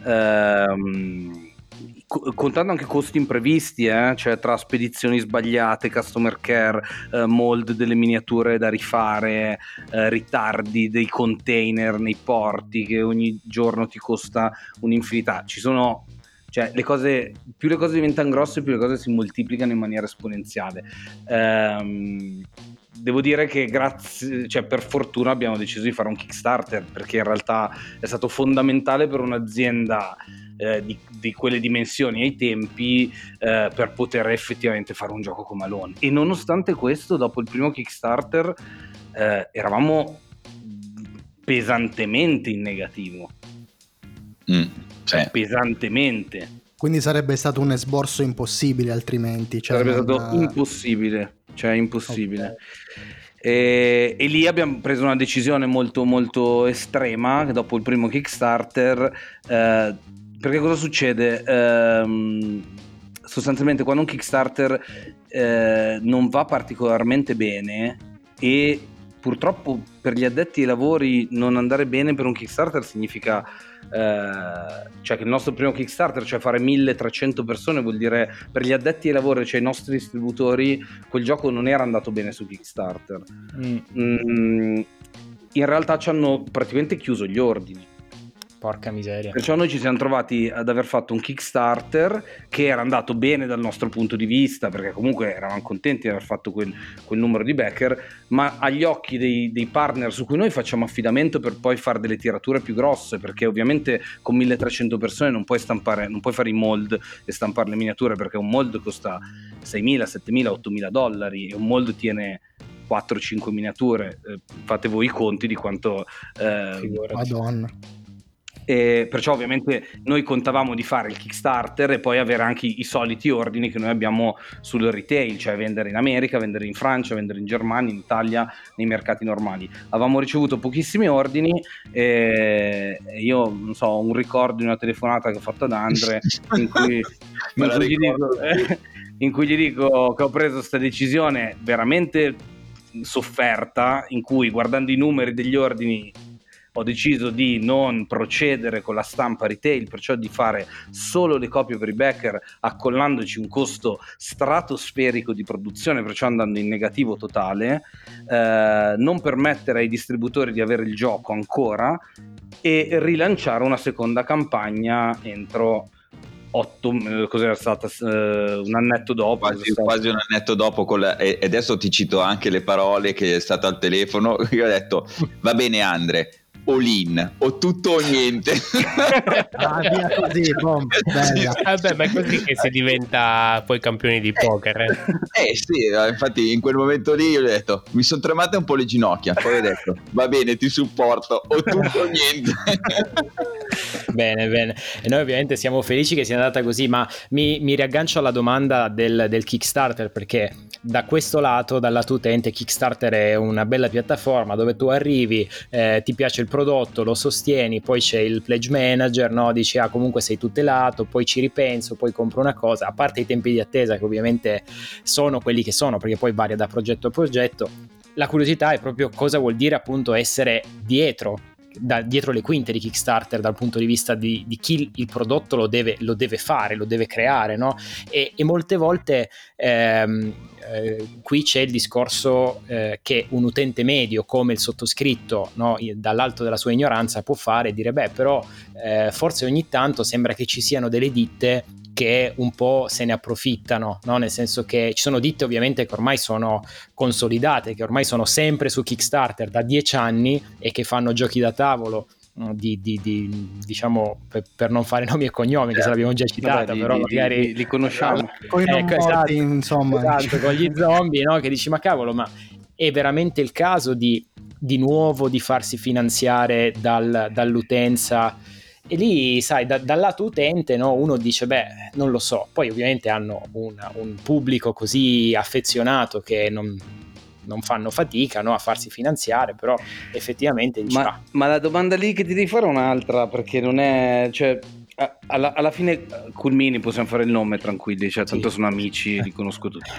ehm, co- contando anche costi imprevisti, eh, cioè tra spedizioni sbagliate, customer care, eh, mold delle miniature da rifare, eh, ritardi dei container nei porti che ogni giorno ti costa un'infinità, ci sono, cioè le cose, più le cose diventano grosse, più le cose si moltiplicano in maniera esponenziale. Ehm, devo dire che grazie, cioè per fortuna abbiamo deciso di fare un Kickstarter, perché in realtà è stato fondamentale per un'azienda eh, di, di quelle dimensioni ai tempi eh, per poter effettivamente fare un gioco come Alone. E nonostante questo, dopo il primo Kickstarter eh, eravamo pesantemente in negativo. Mm. Cioè, pesantemente. Quindi sarebbe stato un esborso impossibile altrimenti. Cioè sarebbe non... stato impossibile, cioè impossibile. Okay. E, e lì abbiamo preso una decisione molto molto estrema dopo il primo Kickstarter, eh, perché cosa succede? Eh, sostanzialmente quando un Kickstarter eh, non va particolarmente bene, e purtroppo per gli addetti ai lavori non andare bene per un Kickstarter significa eh, cioè che il nostro primo Kickstarter, cioè fare milletrecento persone, vuol dire per gli addetti ai lavori, cioè i nostri distributori, quel gioco non era andato bene su Kickstarter. mm. Mm, in realtà ci hanno praticamente chiuso gli ordini. Porca miseria. Perciò noi ci siamo trovati ad aver fatto un Kickstarter che era andato bene dal nostro punto di vista, perché comunque eravamo contenti di aver fatto quel, quel numero di backer, ma agli occhi dei, dei partner su cui noi facciamo affidamento per poi fare delle tirature più grosse, perché ovviamente con milletrecento persone non puoi stampare, non puoi fare i mold e stampare le miniature, perché un mold costa seimila, settemila, ottomila dollari e un mold tiene quattro cinque miniature. Eh, fate voi i conti di quanto eh, Madonna. E perciò ovviamente noi contavamo di fare il Kickstarter e poi avere anche i, i soliti ordini che noi abbiamo sul retail, cioè vendere in America, vendere in Francia, vendere in Germania, in Italia, nei mercati normali. Avevamo ricevuto pochissimi ordini e io non so, ho un ricordo di una telefonata che ho fatto ad Andre in cui, in cui, gli dico, eh, in cui gli dico che ho preso questa decisione veramente sofferta, in cui guardando i numeri degli ordini ho deciso di non procedere con la stampa retail, perciò di fare solo le copie per i backer, accollandoci un costo stratosferico di produzione, perciò andando in negativo totale, eh, non permettere ai distributori di avere il gioco ancora e rilanciare una seconda campagna entro otto, cos'era stata uh, un annetto dopo, quasi, quasi un annetto dopo con la, e adesso ti cito anche le parole che è stato al telefono. Io ho detto va bene Andre, all in, o tutto o niente. Ah, via così, boom, bella. Vabbè, ma è così che si diventa poi campioni di poker. Eh, eh sì, infatti in quel momento lì io ho detto, mi sono tremate un po' le ginocchia, poi ho detto, va bene, ti supporto, o tutto o niente. Bene, bene. E noi ovviamente siamo felici che sia andata così, ma mi, mi riaggancio alla domanda del, del Kickstarter, perché da questo lato, dal lato utente, Kickstarter è una bella piattaforma dove tu arrivi, eh, ti piace il prodotto, lo sostieni, poi c'è il pledge manager, no? Dici ah comunque sei tutelato, poi ci ripenso, poi compro una cosa, a parte i tempi di attesa che ovviamente sono quelli che sono, perché poi varia da progetto a progetto. La curiosità è proprio cosa vuol dire appunto essere dietro Da, dietro le quinte di Kickstarter dal punto di vista di, di chi il prodotto lo deve, lo deve fare, lo deve creare, no? E, e molte volte ehm, eh, qui c'è il discorso eh, che un utente medio come il sottoscritto, no, dall'alto della sua ignoranza può fare e dire beh però eh, forse ogni tanto sembra che ci siano delle ditte che un po' se ne approfittano, no? Nel senso che ci sono ditte ovviamente che ormai sono consolidate, che ormai sono sempre su Kickstarter da dieci anni e che fanno giochi da tavolo di, di, di diciamo per, per non fare nomi e cognomi, che se l'abbiamo già citata, Vabbè, però li, magari li, li conosciamo. Poi non ecco, morti, esatto, insomma, esatto, con gli zombie, no? Che dici ma cavolo, ma è veramente il caso di, di nuovo di farsi finanziare dal, dall'utenza? E lì, sai, da, dal lato utente, no, uno dice, beh, non lo so. Poi ovviamente hanno una, un pubblico così affezionato che non, non fanno fatica, no, a farsi finanziare, però effettivamente dici, Ma, ah, ma la domanda lì che ti devi fare è un'altra, perché non è... Cioè, a- alla, alla fine Culmini possiamo fare il nome tranquilli, cioè tanto Sì. sono amici, li conosco tutti.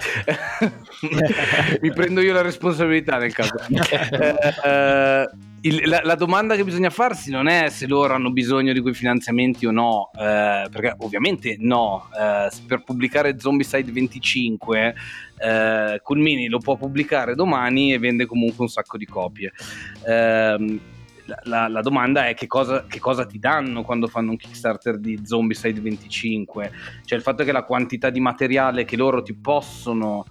Mi prendo io la responsabilità nel caso. eh, eh, il- la, la domanda che bisogna farsi non è se loro hanno bisogno di quei finanziamenti o no, eh, perché ovviamente no. Eh, per pubblicare Zombicide venticinque eh, Culmini lo può pubblicare domani e vende comunque un sacco di copie. Ehm, La, la, la domanda è che cosa, che cosa ti danno quando fanno un Kickstarter di Zombicide venticinque, cioè il fatto che la quantità di materiale che loro ti possono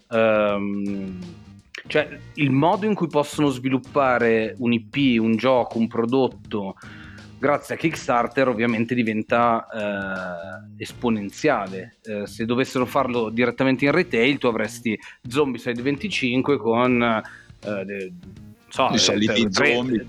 um, cioè il modo in cui possono sviluppare un I P, un gioco, un prodotto grazie a Kickstarter ovviamente diventa eh, esponenziale. Eh, se dovessero farlo direttamente in retail tu avresti Zombicide venticinque con eh, de, So, I soliti zombie,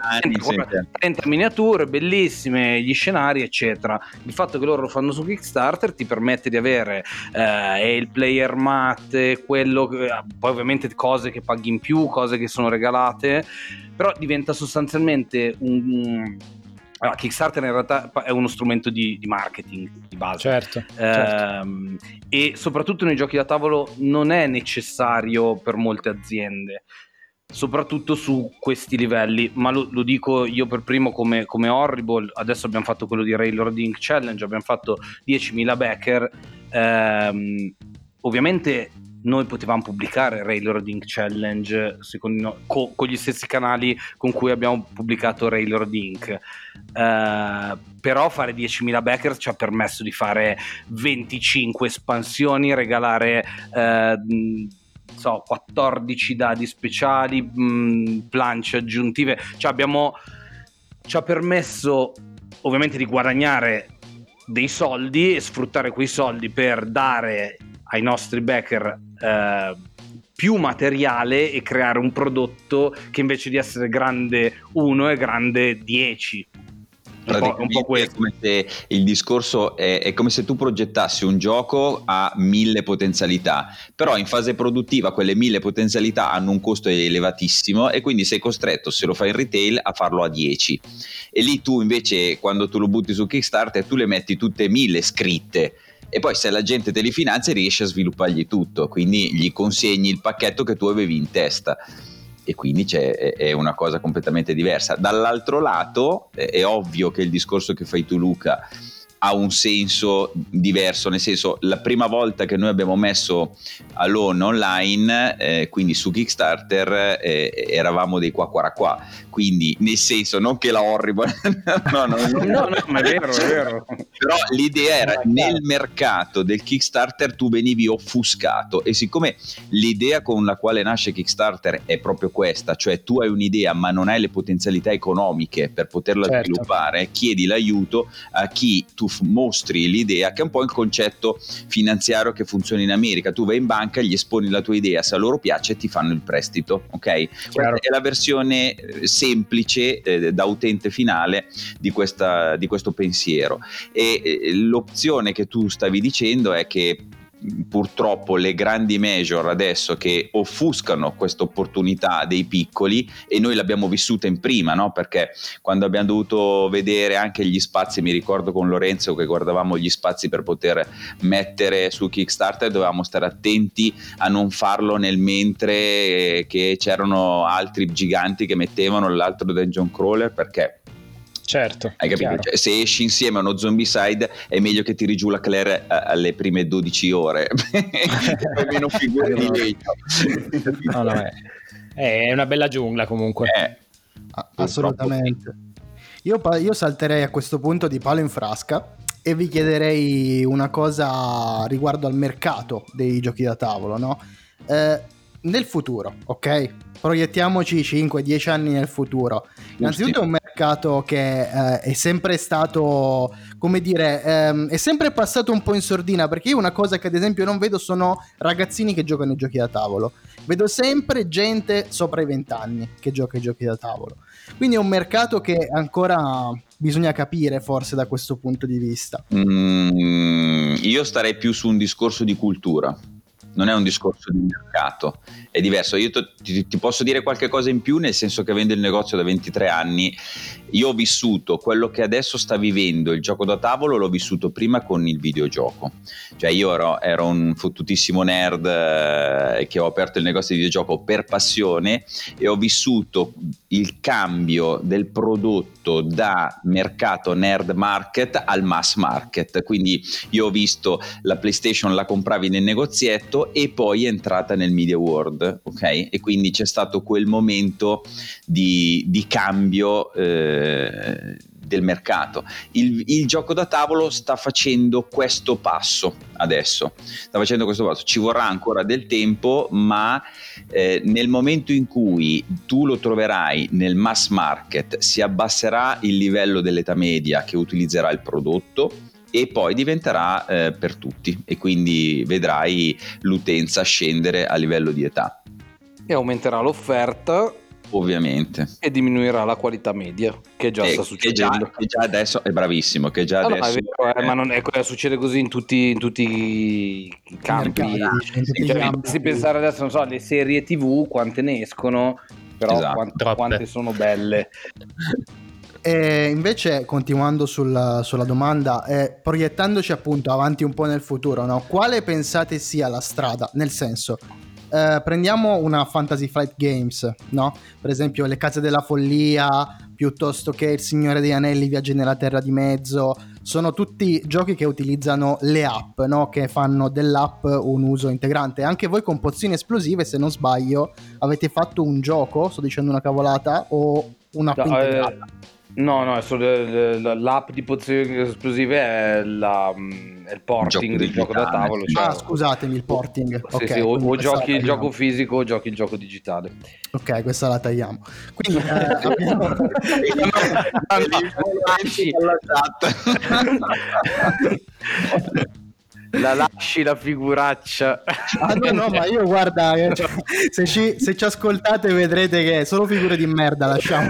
trenta miniature bellissime, gli scenari eccetera. Il fatto che loro lo fanno su Kickstarter ti permette di avere eh, il player mat, quello che, poi ovviamente cose che paghi in più, cose che sono regalate, però diventa sostanzialmente un... Allora, Kickstarter in realtà è uno strumento di, di marketing di base, certo, ehm, certo. E soprattutto nei giochi da tavolo non è necessario per molte aziende, soprattutto su questi livelli, ma lo, lo dico io per primo come, come Horrible. Adesso abbiamo fatto quello di Railroad Ink Challenge, abbiamo fatto diecimila backer, ehm, ovviamente noi potevamo pubblicare Railroad Ink Challenge secondo noi, co- con gli stessi canali con cui abbiamo pubblicato Railroad Ink, eh, però fare diecimila backer ci ha permesso di fare venticinque espansioni, regalare eh, so, quattordici dadi speciali, mh, planche aggiuntive, cioè abbiamo ci ha permesso ovviamente di guadagnare dei soldi e sfruttare quei soldi per dare ai nostri backer eh, più materiale e creare un prodotto che invece di essere grande uno è grande dieci. Un po', un po' questo. È come se il discorso è, è come se tu progettassi un gioco a mille potenzialità, però in fase produttiva quelle mille potenzialità hanno un costo elevatissimo e quindi sei costretto, se lo fai in retail, a farlo a dieci. E lì tu invece, quando tu lo butti su Kickstarter, tu le metti tutte mille scritte e poi se la gente te li finanzia riesci a sviluppargli tutto, quindi gli consegni il pacchetto che tu avevi in testa. E quindi c'è, è una cosa completamente diversa. Dall'altro lato è ovvio che il discorso che fai tu, Luca, ha un senso diverso, nel senso, la prima volta che noi abbiamo messo Alone online, eh, quindi su Kickstarter, eh, eravamo dei qua qua qua, quindi nel senso non che la Horrible no, no, no, no, no, ma è vero, è vero. Però l'idea era nel mercato del Kickstarter tu venivi offuscato, e siccome l'idea con la quale nasce Kickstarter è proprio questa, cioè tu hai un'idea ma non hai le potenzialità economiche per poterla certo. sviluppare, chiedi l'aiuto a chi tu f- mostri l'idea, che è un po' il concetto finanziario che funziona in America. Tu vai in banca, gli esponi la tua idea, se a loro piace ti fanno il prestito, ok? Questa è la versione semplice eh, da utente finale di, questa, di questo pensiero. E eh, l'opzione che tu stavi dicendo è che purtroppo le grandi major adesso che offuscano questa opportunità dei piccoli, e noi l'abbiamo vissuta in prima, no? Perché quando abbiamo dovuto vedere anche gli spazi, mi ricordo con Lorenzo che guardavamo gli spazi per poter mettere su Kickstarter, dovevamo stare attenti a non farlo nel mentre che c'erano altri giganti che mettevano l'altro dungeon crawler, perché certo, hai capito? Cioè, se esci insieme a uno Zombicide è meglio che tiri giù la Claire alle prime dodici ore fai meno figure di legno. No, no, è, è una bella giungla comunque. Eh, assolutamente. Io, io salterei a questo punto di palo in frasca e vi chiederei una cosa riguardo al mercato dei giochi da tavolo, no? Eh, nel futuro, ok? Proiettiamoci cinque dieci anni nel futuro. Innanzitutto è un mercato che eh, è sempre stato, come dire, ehm, è sempre passato un po' in sordina, perché io una cosa che ad esempio non vedo sono ragazzini che giocano ai giochi da tavolo. Vedo sempre gente sopra i venti anni che gioca ai giochi da tavolo. Quindi è un mercato che ancora bisogna capire forse da questo punto di vista. Mm, io starei più su un discorso di cultura. Non è un discorso di mercato, è diverso. Io ti, ti posso dire qualche cosa in più, nel senso che avendo il negozio da ventitré anni, io ho vissuto quello che adesso sta vivendo il gioco da tavolo, l'ho vissuto prima con il videogioco. Cioè io ero, ero un fottutissimo nerd eh, che ho aperto il negozio di videogioco per passione, e ho vissuto il cambio del prodotto da mercato nerd market al mass market. Quindi io ho visto la PlayStation, la compravi nel negozietto e poi è entrata nel media world, ok? E quindi c'è stato quel momento di, di cambio eh, del mercato. Il, il gioco da tavolo sta facendo questo passo adesso, sta facendo questo passo, ci vorrà ancora del tempo, ma eh, nel momento in cui tu lo troverai nel mass market si abbasserà il livello dell'età media che utilizzerà il prodotto, e poi diventerà eh, per tutti, e quindi vedrai l'utenza scendere a livello di età e aumenterà l'offerta, ovviamente, e diminuirà la qualità media, che già e, sta succedendo. Che già, che già adesso è bravissimo, che già no, adesso no, è vero, eh, ma non è, succede così in tutti, in tutti i campi. Mercati, in tutti Cioè, gli ambiti. si pensare adesso, non so, le serie tivù quante ne escono, però Esatto. quante, quante sono belle. E invece, continuando sulla, sulla domanda, eh, proiettandoci appunto avanti un po' nel futuro, no? Quale pensate sia la strada? Nel senso, eh, prendiamo una Fantasy Flight Games, no? Per esempio le Case della Follia, piuttosto che Il Signore degli Anelli, Viaggi nella Terra di Mezzo. Sono tutti giochi che utilizzano le app, no? Che fanno dell'app un uso integrante. Anche voi con Pozioni Esplosive, se non sbaglio, avete fatto un gioco, sto dicendo una cavolata, o un'app No, integrata? eh, no, no, è solo l'app di Pozioni Esplosive è, la, è il porting Gioco del gioco da digitale, tavolo. sì. Cioè, Ah, scusatemi, il porting. sì, Ok, sì, o, quindi o questa giochi la il gioco tagliamo. fisico o giochi il gioco digitale. Ok, questa la tagliamo. Quindi eh, abbiamo... La lasci la figuraccia. Ah, no, no, ma io guarda, eh, se ci, se ci ascoltate vedrete che solo figure di merda lasciamo.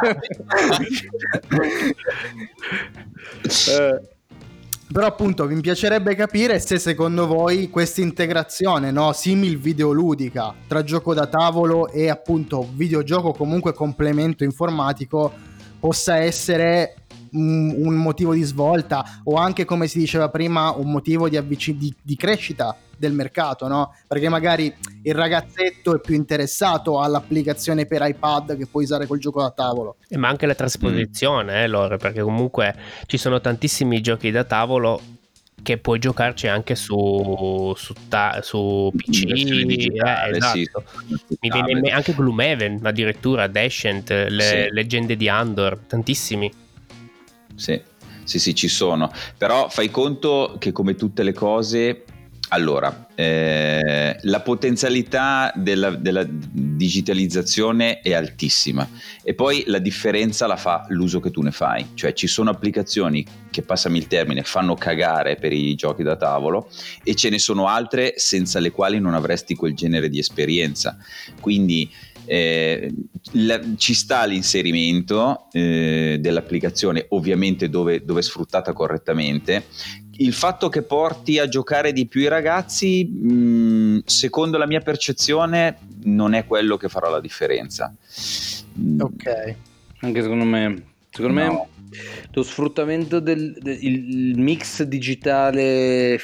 eh. Però appunto mi piacerebbe capire se secondo voi questa integrazione, no, simil videoludica tra gioco da tavolo e appunto videogioco, comunque complemento informatico, possa essere un, un motivo di svolta, o anche, come si diceva prima, un motivo di, avvic- di, di crescita del mercato, no? Perché magari il ragazzetto è più interessato all'applicazione per iPad che puoi usare col gioco da tavolo. E ma anche la trasposizione, mm. eh, Lore, perché comunque ci sono tantissimi giochi da tavolo che puoi giocarci anche su su, ta- su P C, digitale, eh, esatto. sì. Mi viene in me- anche Gloomhaven, addirittura Descent, le Sì. leggende di Andor, tantissimi. Sì. sì, sì, ci sono, però fai conto che come tutte le cose, allora, eh, la potenzialità della, della digitalizzazione è altissima e poi la differenza la fa l'uso che tu ne fai, cioè ci sono applicazioni che, passami il termine, fanno cagare per i giochi da tavolo e ce ne sono altre senza le quali non avresti quel genere di esperienza, quindi Eh, la, ci sta l'inserimento eh, dell'applicazione, ovviamente dove, dove è sfruttata correttamente. Il fatto che porti a giocare di più i ragazzi, mh, secondo la mia percezione, non è quello che farà la differenza. Ok, anche secondo me, secondo no. me lo sfruttamento del, del il mix digitale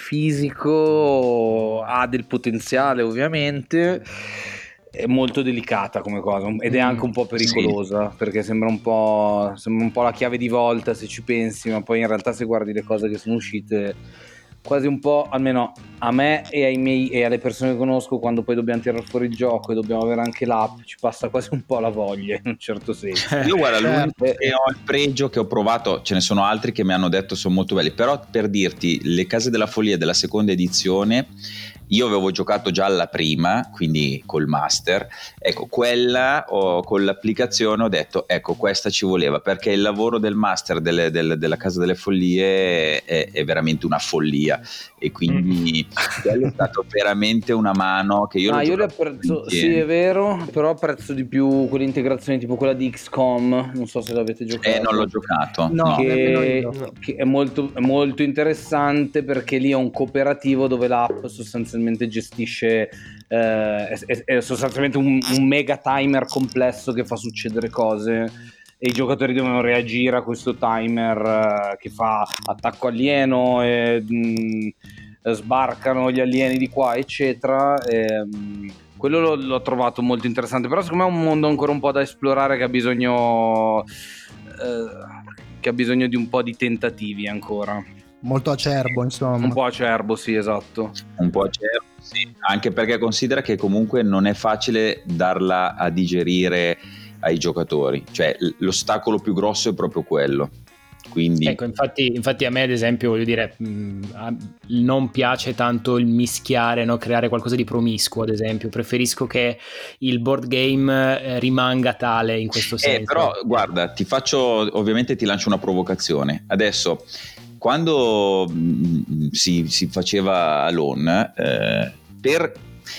fisico ha del potenziale, ovviamente. È molto delicata come cosa ed è anche un po' pericolosa, sì, perché sembra un po', sembra un po' la chiave di volta se ci pensi, ma poi in realtà se guardi le cose che sono uscite, quasi un po', almeno a me e ai miei e alle persone che conosco, quando poi dobbiamo tirare fuori il gioco e dobbiamo avere anche l'app, ci passa quasi un po' la voglia in un certo senso. Io guarda, l'unico che ho il pregio che ho provato, ce ne sono altri che mi hanno detto sono molto belli, però per dirti, le Case della Follia della seconda edizione io avevo giocato già alla prima, quindi col master, ecco, quella ho, con l'applicazione ho detto, ecco, questa ci voleva, perché il lavoro del master delle, delle, della Casa delle Follie è, è veramente una follia, e quindi quello è stato veramente una mano che io... Ah, io le apprezzo, sì è vero, però apprezzo di più quelle integrazioni tipo quella di X COM, non so se l'avete giocato. Eh, non l'ho giocato. No, che, no. che è molto, è molto interessante, perché lì è un cooperativo dove l'app sostanzialmente gestisce eh, è, è sostanzialmente un, un mega timer complesso che fa succedere cose e i giocatori devono reagire a questo timer eh, che fa attacco alieno e mh, sbarcano gli alieni di qua eccetera e, mh, quello l'ho, l'ho trovato molto interessante, però secondo me è un mondo ancora un po' da esplorare, che ha bisogno eh, che ha bisogno di un po' di tentativi ancora. Molto acerbo, insomma. Un po' acerbo, sì, esatto. Un po' acerbo, sì. Anche perché considera che comunque non è facile darla a digerire ai giocatori. Cioè, l'ostacolo più grosso è proprio quello. Quindi... Ecco, infatti, infatti a me ad esempio, voglio dire, mh, non piace tanto il mischiare, no? Creare qualcosa di promiscuo, ad esempio. Preferisco che il board game eh, rimanga tale in questo senso. Eh, però, guarda, ti faccio, ovviamente ti lancio una provocazione. Adesso... Quando mh, si, si faceva Alone, eh, per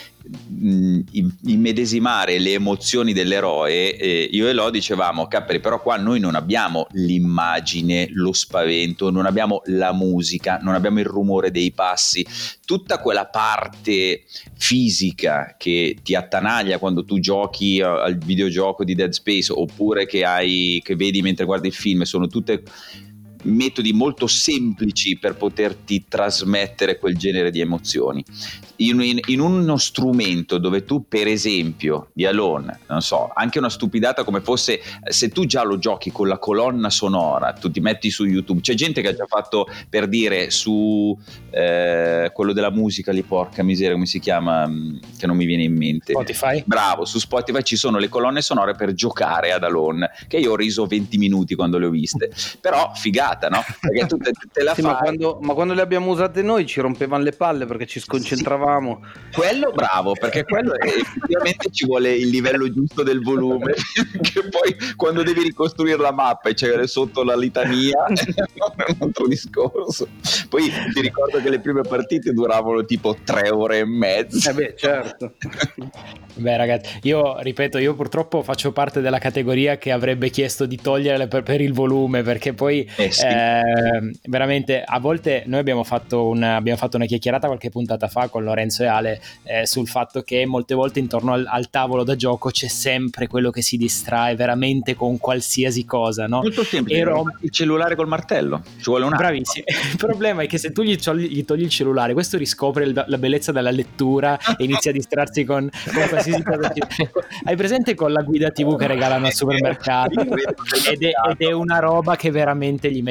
mh, immedesimare le emozioni dell'eroe, eh, io e Lo dicevamo, Capperi, però qua noi non abbiamo l'immagine, lo spavento, non abbiamo la musica, non abbiamo il rumore dei passi, tutta quella parte fisica che ti attanaglia quando tu giochi al videogioco di Dead Space, oppure che, hai, che vedi mentre guardi il film, sono tutte... metodi molto semplici per poterti trasmettere quel genere di emozioni. In, in, in uno strumento dove tu, per esempio, di Alone, non so, anche una stupidata come fosse, se tu già lo giochi con la colonna sonora, tu ti metti su YouTube, c'è gente che ha già fatto, per dire, su eh, quello della musica lì, porca miseria, come si chiama, che non mi viene in mente. Spotify? Bravo, su Spotify ci sono le colonne sonore per giocare ad Alone, che io ho riso venti minuti quando le ho viste, però figata, no? Perché tu te, te la sì, fai. ma quando, ma quando le abbiamo usate noi ci rompevano le palle perché ci sconcentravamo. Quello bravo, perché quello è, effettivamente ci vuole il livello giusto del volume, che poi quando devi ricostruire la mappa e c'è sotto la litania è un altro discorso. Poi ti ricordo che le prime partite duravano tipo tre ore e mezza. Eh beh, certo. Beh ragazzi, io ripeto, io purtroppo faccio parte della categoria che avrebbe chiesto di toglierle per, per il volume, perché poi eh sì. eh, veramente a volte noi abbiamo fatto, una, abbiamo fatto una chiacchierata qualche puntata fa con Lorenzo e Ale eh, sul fatto che molte volte intorno al, al tavolo da gioco c'è sempre quello che si distrae veramente con qualsiasi cosa, no? Molto semplice, Ero... il cellulare col martello, ci vuole un attimo. Bravissimo. Il problema è che se tu gli togli, gli togli il cellulare, questo riscopre il, la bellezza della lettura e inizia a distrarsi con, con qualsiasi cosa. Hai presente con la guida tivù che regalano al supermercato? ed, è, ed è una roba che veramente gli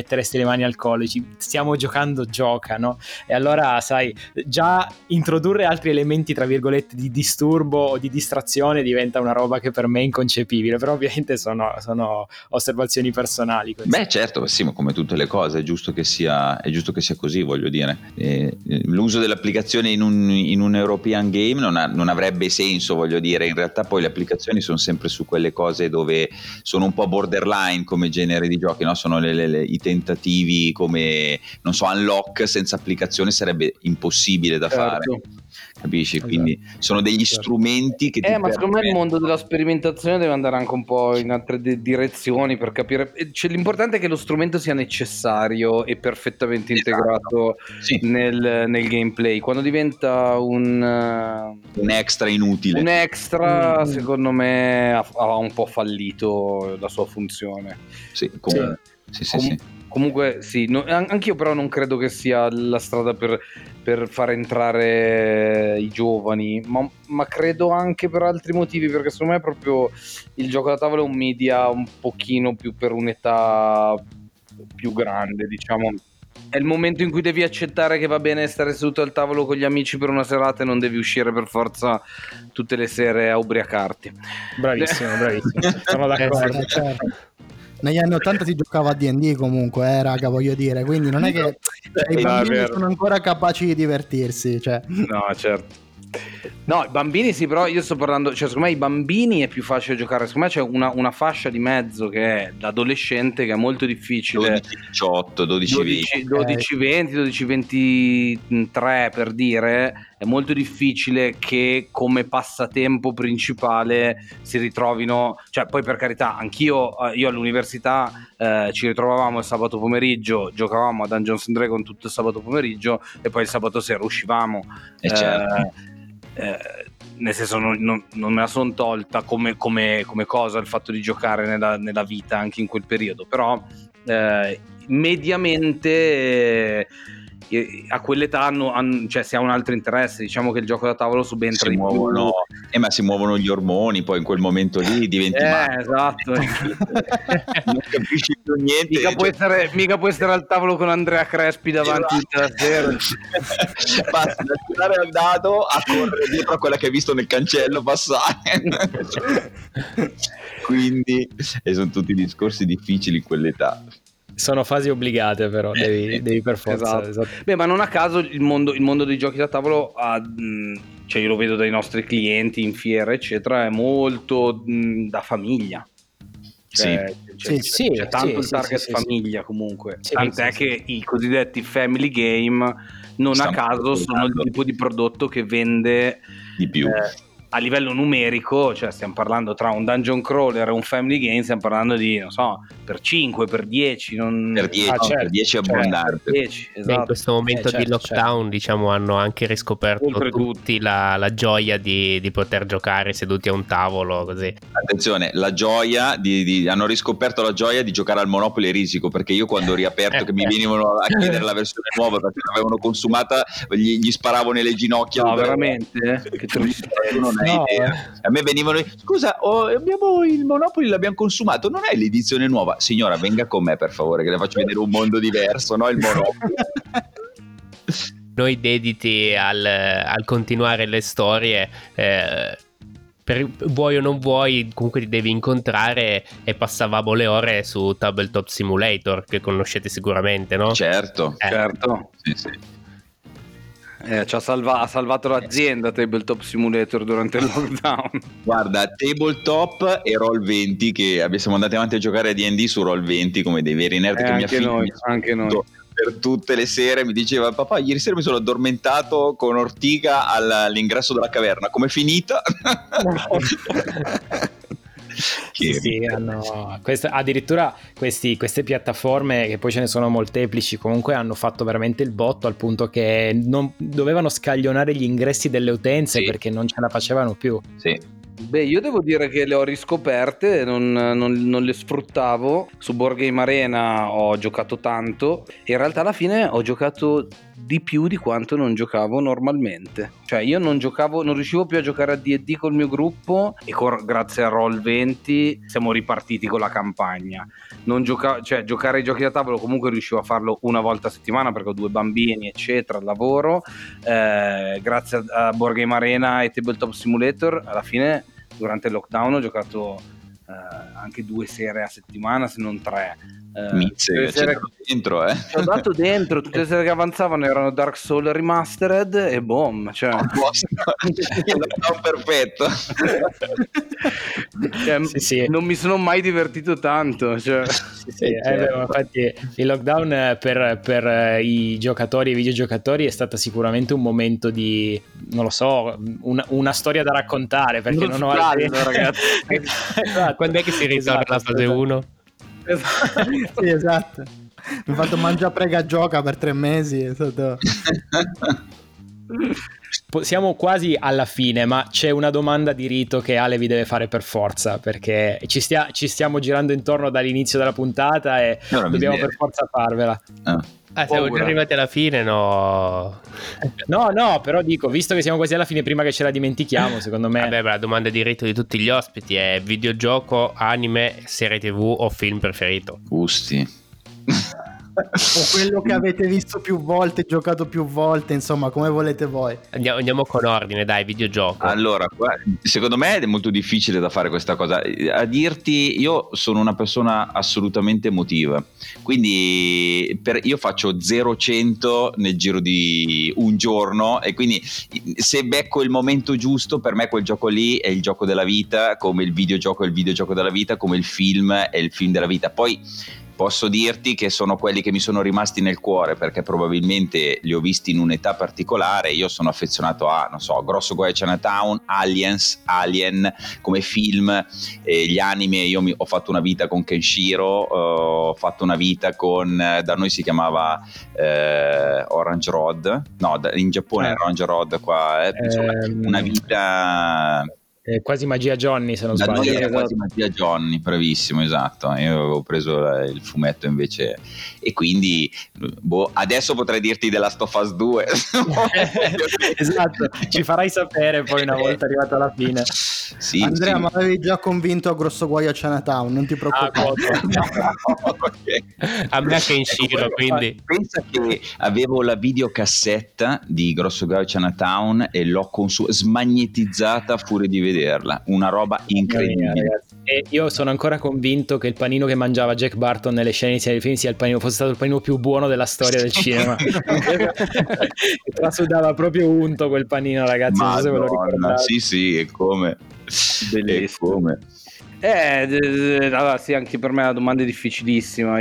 metteresti le mani al collo, dici, stiamo giocando, gioca, no? E allora sai, già introdurre altri elementi tra virgolette di disturbo o di distrazione diventa una roba che per me è inconcepibile, però ovviamente sono, sono osservazioni personali queste. Beh certo, sì, ma come tutte le cose è giusto che sia, è giusto che sia così, voglio dire. Eh, l'uso dell'applicazione in un, in un European game non, ha, non avrebbe senso, voglio dire. In realtà poi le applicazioni sono sempre su quelle cose dove sono un po' borderline come genere di giochi, no? Sono le, le, le, i tentativi come, non so, Unlock senza applicazione sarebbe impossibile da certo. fare, capisci? Quindi sono degli certo. strumenti che eh ti ma secondo me il mondo della permettono- sperimentazione deve andare anche un po' in altre di- direzioni per capire, cioè, l'importante è che lo strumento sia necessario e perfettamente Esatto. integrato Sì, nel, nel gameplay. Quando diventa un uh, un extra inutile. un extra, Mm. secondo me ha, ha un po' fallito la sua funzione. Sì, com- sì, sì, Com- sì. Comunque sì, no, an- anch'io però non credo che sia la strada per, per far entrare i giovani, ma, ma credo anche per altri motivi, perché secondo me è proprio il gioco da tavola è un media un pochino più per un'età più grande, diciamo. È il momento in cui devi accettare che va bene stare seduto al tavolo con gli amici per una serata e non devi uscire per forza tutte le sere a ubriacarti. Bravissimo, bravissimo, sono d'accordo. Eh, certo. Negli anni ottanta si giocava a D and D comunque, eh, raga, voglio dire, quindi non è che cioè, i No, è bambini vero. sono ancora capaci di divertirsi, cioè. No, certo. No, i bambini sì, però io sto parlando, cioè secondo me i bambini è più facile giocare, secondo me c'è una, una fascia di mezzo che è l'adolescente, che è molto difficile. dodici diciotto, dodici venti. dodici venti, dodici ventitré per dire, è molto difficile che come passatempo principale si ritrovino, cioè poi per carità, anch'io eh, io all'università eh, ci ritrovavamo il sabato pomeriggio, giocavamo a Dungeons and Dragons tutto il sabato pomeriggio e poi il sabato sera uscivamo. Eh, certo. Eh, nel senso non, non, non me la sono tolta come, come, come cosa il fatto di giocare nella, nella vita anche in quel periodo, però eh, mediamente eh, a quell'età hanno, hanno, cioè si ha un altro interesse, diciamo che il gioco da tavolo subentra si di muovono, eh, ma si muovono gli ormoni, poi in quel momento lì diventi più. Eh, matto. esatto. Non capisci più niente, Mica, cioè- può essere, mica può essere al tavolo con Andrea Crespi davanti tutta la sera. Basta tirare al dado a correre dietro a quella che hai visto nel cancello passare. Quindi e sono tutti discorsi difficili in quell'età. Sono fasi obbligate, però devi, devi per forza. Esatto. Esatto. Beh, ma non a caso il mondo, il mondo dei giochi da tavolo ha, mh, cioè io lo vedo dai nostri clienti in fiera eccetera, è molto mh, da famiglia. Cioè, Sì. c'è, Sì, c'è, c'è sì, tanto sì, il target sì, sì, famiglia comunque, Sì, tant'è sì, che i cosiddetti family game non Stiamo a caso sono il parlando. tipo di prodotto che vende Di più. eh, a livello numerico, cioè stiamo parlando tra un dungeon crawler e un family game, stiamo parlando di, non so, per cinque, per dieci, non... Per dieci, Ah, certo, per dieci è certo. abbondante. dieci, Beh, in esatto. questo momento Eh, certo, di lockdown, diciamo, hanno anche riscoperto Oltretutto. tutti la, la gioia di, di poter giocare seduti a un tavolo così. Attenzione, la gioia di, di- hanno riscoperto la gioia di giocare al Monopoli e Risico, perché io quando ho riaperto che mi venivano a chiedere la versione nuova perché l'avevano consumata, gli, gli sparavo nelle ginocchia. No, tutte le- veramente? Che tristezza. Tu non hai No, idea. A me venivano, scusa, oh, abbiamo il Monopoli, l'abbiamo consumato, non è l'edizione nuova? Signora, venga con me per favore, che le faccio vedere un mondo diverso, no? Il Monopoli. Noi dediti al, al continuare le storie, eh, per, vuoi o non vuoi, comunque ti devi incontrare e passavamo le ore su Tabletop Simulator, che conoscete sicuramente, no? Certo, Eh. Certo. sì, sì. Eh, ci ha, salva- ha salvato l'azienda Tabletop Simulator durante il lockdown. Guarda, Tabletop e Roll venti, che siamo andati avanti a giocare a D and D su Roll venti come dei veri nerd, Eh, che mia anche figlia noi, mi ha anche noi. spinto per tutte le sere, mi diceva: papà, ieri sera mi sono addormentato con Ortiga all- all'ingresso della caverna, com'è finita? Che Sì, hanno, questa- addirittura questi- queste piattaforme, che poi ce ne sono molteplici, comunque hanno fatto veramente il botto, al punto che non dovevano scaglionare gli ingressi delle utenze Sì. perché non ce la facevano più. sì. Beh, io devo dire che le ho riscoperte, non, non- non le sfruttavo. Su Board Game Arena ho giocato tanto. In realtà alla fine ho giocato di più di quanto non giocavo normalmente. Cioè io non giocavo, non riuscivo più a giocare a D and D col mio gruppo, e con, grazie a Roll venti siamo ripartiti con la campagna. Non giocavo, cioè giocare ai giochi da tavolo comunque riuscivo a farlo una volta a settimana perché ho due bambini eccetera, lavoro, eh, grazie a, a Board Game Arena e Tabletop Simulator alla fine durante il lockdown ho giocato eh, anche due sere a settimana, se non tre. Uh, Mizze, sere... dentro, eh. Ci ho dato dentro, tutte le sere che avanzavano erano Dark Souls Remastered e boom, cioè perfetto. Cioè, sì, sì. Non mi sono mai divertito tanto, cioè. Sì, sì, eh, beh, infatti il lockdown per, per i giocatori e i videogiocatori è stata sicuramente un momento di, non lo so, una, una storia da raccontare, perché non, non ho altri... ragazzi. Esatto. Quando è che si ritorna alla fase uno? Esatto. Sì, esatto. Mi ho fatto mangia prega gioca per tre mesi, è stato... Siamo quasi alla fine, ma c'è una domanda di rito che Ale vi deve fare per forza, perché ci, stia, ci stiamo girando intorno dall'inizio della puntata e no, dobbiamo per forza farvela. Ah. Ah, siamo già arrivati alla fine, no? No, no, però dico, visto che siamo quasi alla fine, prima che ce la dimentichiamo, secondo me... Vabbè, la domanda di rito di tutti gli ospiti è videogioco, anime, serie tv o film preferito? Gusti. O quello che avete visto più volte, giocato più volte, insomma, come volete voi. Andiamo, andiamo con ordine, dai, videogioco. Allora, secondo me è molto difficile da fare questa cosa. A dirti, io sono una persona assolutamente emotiva, quindi per, io faccio zero cento nel giro di un giorno, e quindi se becco il momento giusto, per me quel gioco lì è il gioco della vita, come il videogioco è il videogioco della vita, come il film è il film della vita. Poi posso dirti che sono quelli che mi sono rimasti nel cuore, perché probabilmente li ho visti in un'età particolare. Io sono affezionato a, non so, Grosso Guaio Chinatown, Aliens, Alien come film, eh, gli anime. Io mi, ho fatto una vita con Kenshiro, eh, ho fatto una vita con, da noi si chiamava eh, Orange Road, no, da, in Giappone è Orange Road, qua eh, insomma, ehm... una vita... È quasi Magia Johnny, se non da sbaglio. Noi era quasi Magia Johnny, bravissimo, esatto. Io avevo preso il fumetto invece, e quindi boh, adesso potrei dirti The Last of Us due. Esatto, ci farai sapere poi una volta arrivato alla fine. Sì, Andrea, sì. ma avevi già convinto a Grosso Guaio a Chinatown, non ti preoccupare. Ah, Okay. A me che Kenshiro, ecco, quindi pensa che avevo la videocassetta di Grosso Guaio Chinatown e l'ho consu- smagnetizzata a furia di vederla, una roba incredibile. E io sono ancora convinto che il panino che mangiava Jack Barton nelle scene iniziali del film sia il panino, fosse stato il panino più buono della storia del cinema. Trasudava proprio unto quel panino, ragazzi. Non so se ve lo ricordate. Sì, sì, e come? Bellissimo. E come? Eh, d- d- allora sì, anche per me la domanda è difficilissima.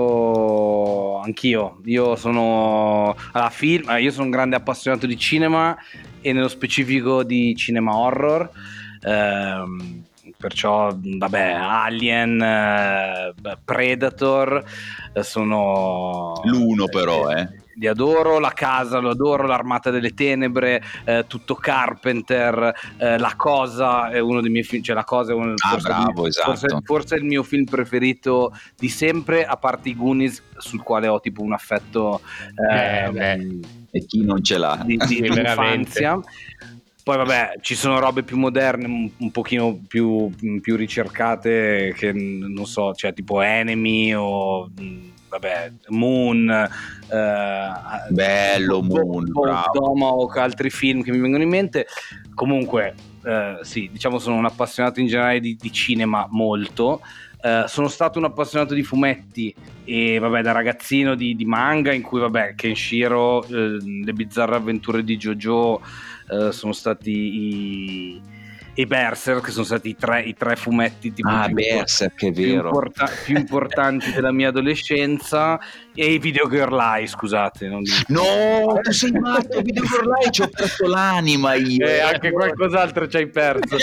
Io, anch'io, io sono alla film, io sono un grande appassionato di cinema e nello specifico di cinema horror. Ehm, perciò, vabbè, Alien, eh, Predator, eh, sono l'uno però, eh. Li adoro, La Casa lo adoro, L'Armata delle Tenebre, eh, tutto Carpenter, eh, La Cosa è uno dei miei film, cioè La Cosa è uno ah, forse, bravo, esatto. forse, forse è il mio film preferito di sempre, a parte i Goonies, sul quale ho tipo un affetto eh, eh, e chi non ce l'ha di, di, di infanzia. Poi vabbè, ci sono robe più moderne, un, un pochino più, più ricercate, che non so, cioè tipo Enemy o vabbè, Moon, eh, bello Moon, bravo. Tomahawk, altri film che mi vengono in mente. Comunque eh, sì, diciamo sono un appassionato in generale di, di cinema molto. Uh, sono stato un appassionato di fumetti e vabbè da ragazzino di, di manga, in cui vabbè Kenshiro, eh, le bizzarre avventure di JoJo eh, sono stati i, i Berserk, che sono stati i tre, i tre fumetti tipo ah più, Berserk, è più, vero. importa- più importanti della mia adolescenza, e i Video Girl Eye, scusate non dico. No, tu sei matto, Video Girl Eye, ci ho perso l'anima io Eh, anche qualcos'altro ci hai perso.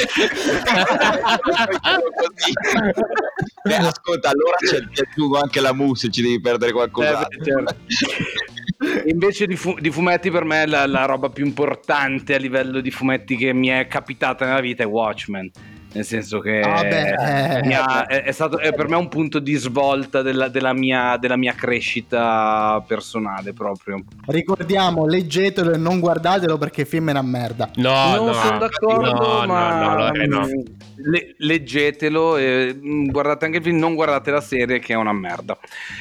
Beh, ascolta, allora c'è, ti aggiungo anche la mousse, ci devi perdere qualcos'altro. Eh, certo. Invece di, fu- di fumetti, per me la, la roba più importante a livello di fumetti che mi è capitata nella vita è Watchmen. nel senso che Ah, beh, mi ha- è, è stato è per me un punto di svolta della, della mia, della mia crescita personale proprio. Ricordiamo, leggetelo e non guardatelo perché il film è una merda. No, non no, sono d'accordo, no, ma no, no, Lore, no. le- leggetelo e mm, guardate anche il film, non guardate la serie che è una merda.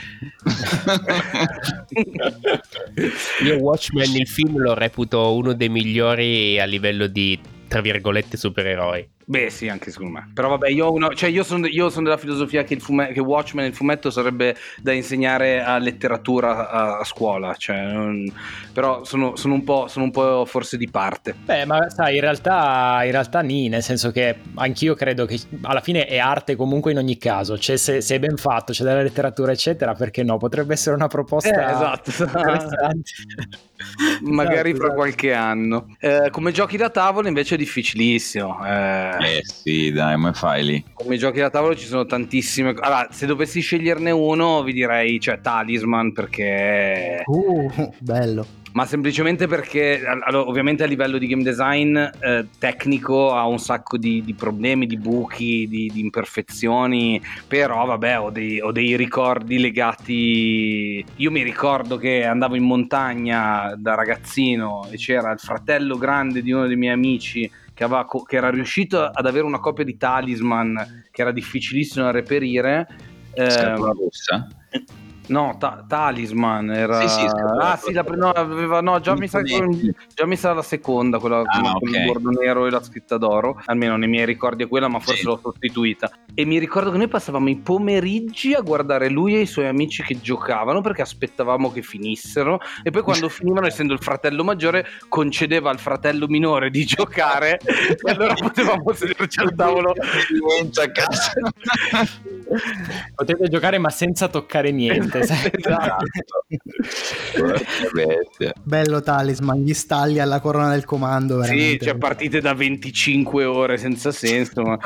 Io Watchmen, il film, lo reputo uno dei migliori a livello di, tra virgolette, supereroi. Beh, sì, anche secondo me. Però vabbè, io, ho una- cioè, io sono io sono della filosofia che, il fume- che Watchmen, il fumetto, sarebbe da insegnare a letteratura a, a scuola. Cioè, non- però sono, sono un po', sono un po' forse di parte. Beh, ma sai, in realtà, in realtà nì, nel senso che anch'io credo che alla fine è arte comunque in ogni caso, cioè se, se è ben fatto, c'è della letteratura eccetera, perché no? Potrebbe essere una proposta Eh, esatto. interessante. Magari Esatto, fra esatto. qualche anno. Eh, come giochi da tavolo invece è difficilissimo. Eh, Eh sì, dai, come fai lì? come giochi da tavolo ci sono tantissime. Allora, se dovessi sceglierne uno, vi direi, cioè, Talisman, perché Uh, bello. ma semplicemente perché allora, ovviamente a livello di game design eh, tecnico ha un sacco di, di problemi, di buchi, di, di imperfezioni, però vabbè ho dei, ho dei ricordi legati. Io mi ricordo che andavo in montagna da ragazzino e c'era il fratello grande di uno dei miei amici che, aveva, co- che era riuscito ad avere una copia di Talisman che era difficilissimo da reperire. Scatola eh, rossa? No, ta- Talisman era. Sì, sì, scatola ah, sì, la pre- no, aveva, no, già mi, sa, Fumetti. già mi sa la seconda, quella Ah, con ok. il bordo nero e la scritta d'oro. Almeno nei miei ricordi è quella, ma forse Sì. l'ho sostituita. E mi ricordo che noi passavamo i pomeriggi a guardare lui e i suoi amici che giocavano perché aspettavamo che finissero. E poi quando finivano, essendo il fratello maggiore, concedeva al fratello minore di giocare. E allora potevamo sederci al tavolo. Esperienza a casa. Potete giocare ma senza toccare niente, sai? Esatto. Porca bestia. Bello Talisman, gli stalli alla corona del comando, Sì, veramente. cioè partite da venticinque ore senza senso, ma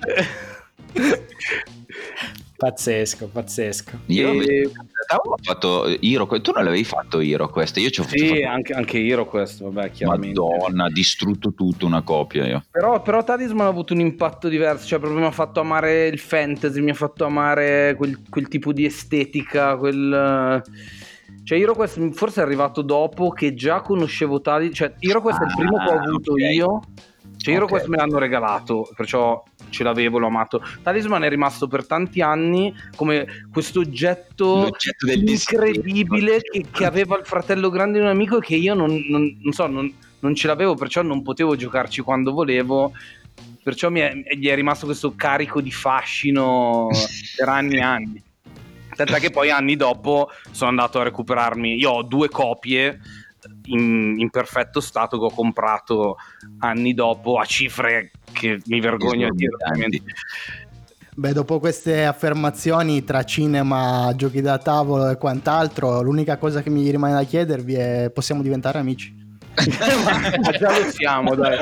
Pazzesco, pazzesco. Io E- ho fatto Hero, tu non l'avevi fatto Hero questo? Io ci ho sì, fatto anche, anche io questo, vabbè, chiaramente. Madonna, distrutto tutto una copia io. Però, però Talisman ha avuto un impatto diverso, cioè proprio mi ha fatto amare il fantasy, mi ha fatto amare quel, quel tipo di estetica, quel... Cioè HeroQuest forse è arrivato dopo che già conoscevo Talisman, cioè HeroQuest è il primo che ho Ah, avuto ok. io, cioè HeroQuest Ok. me l'hanno regalato, perciò ce l'avevo, l'ho amato. Talisman è rimasto per tanti anni come questo oggetto L'oggetto del incredibile destino. che, che aveva il fratello grande di un amico e che io non, non- non so, non, non ce l'avevo, perciò non potevo giocarci quando volevo. Perciò mi è, gli è rimasto questo carico di fascino per anni e anni. Tant'è che poi anni dopo sono andato a recuperarmi. Io ho due copie in, in perfetto stato che ho comprato anni dopo a cifre che mi vergogno a dire. Esorbitanti. Beh, dopo queste affermazioni tra cinema, giochi da tavolo e quant'altro, l'unica cosa che mi rimane da chiedervi è: possiamo diventare amici? Ma già lo siamo, dai.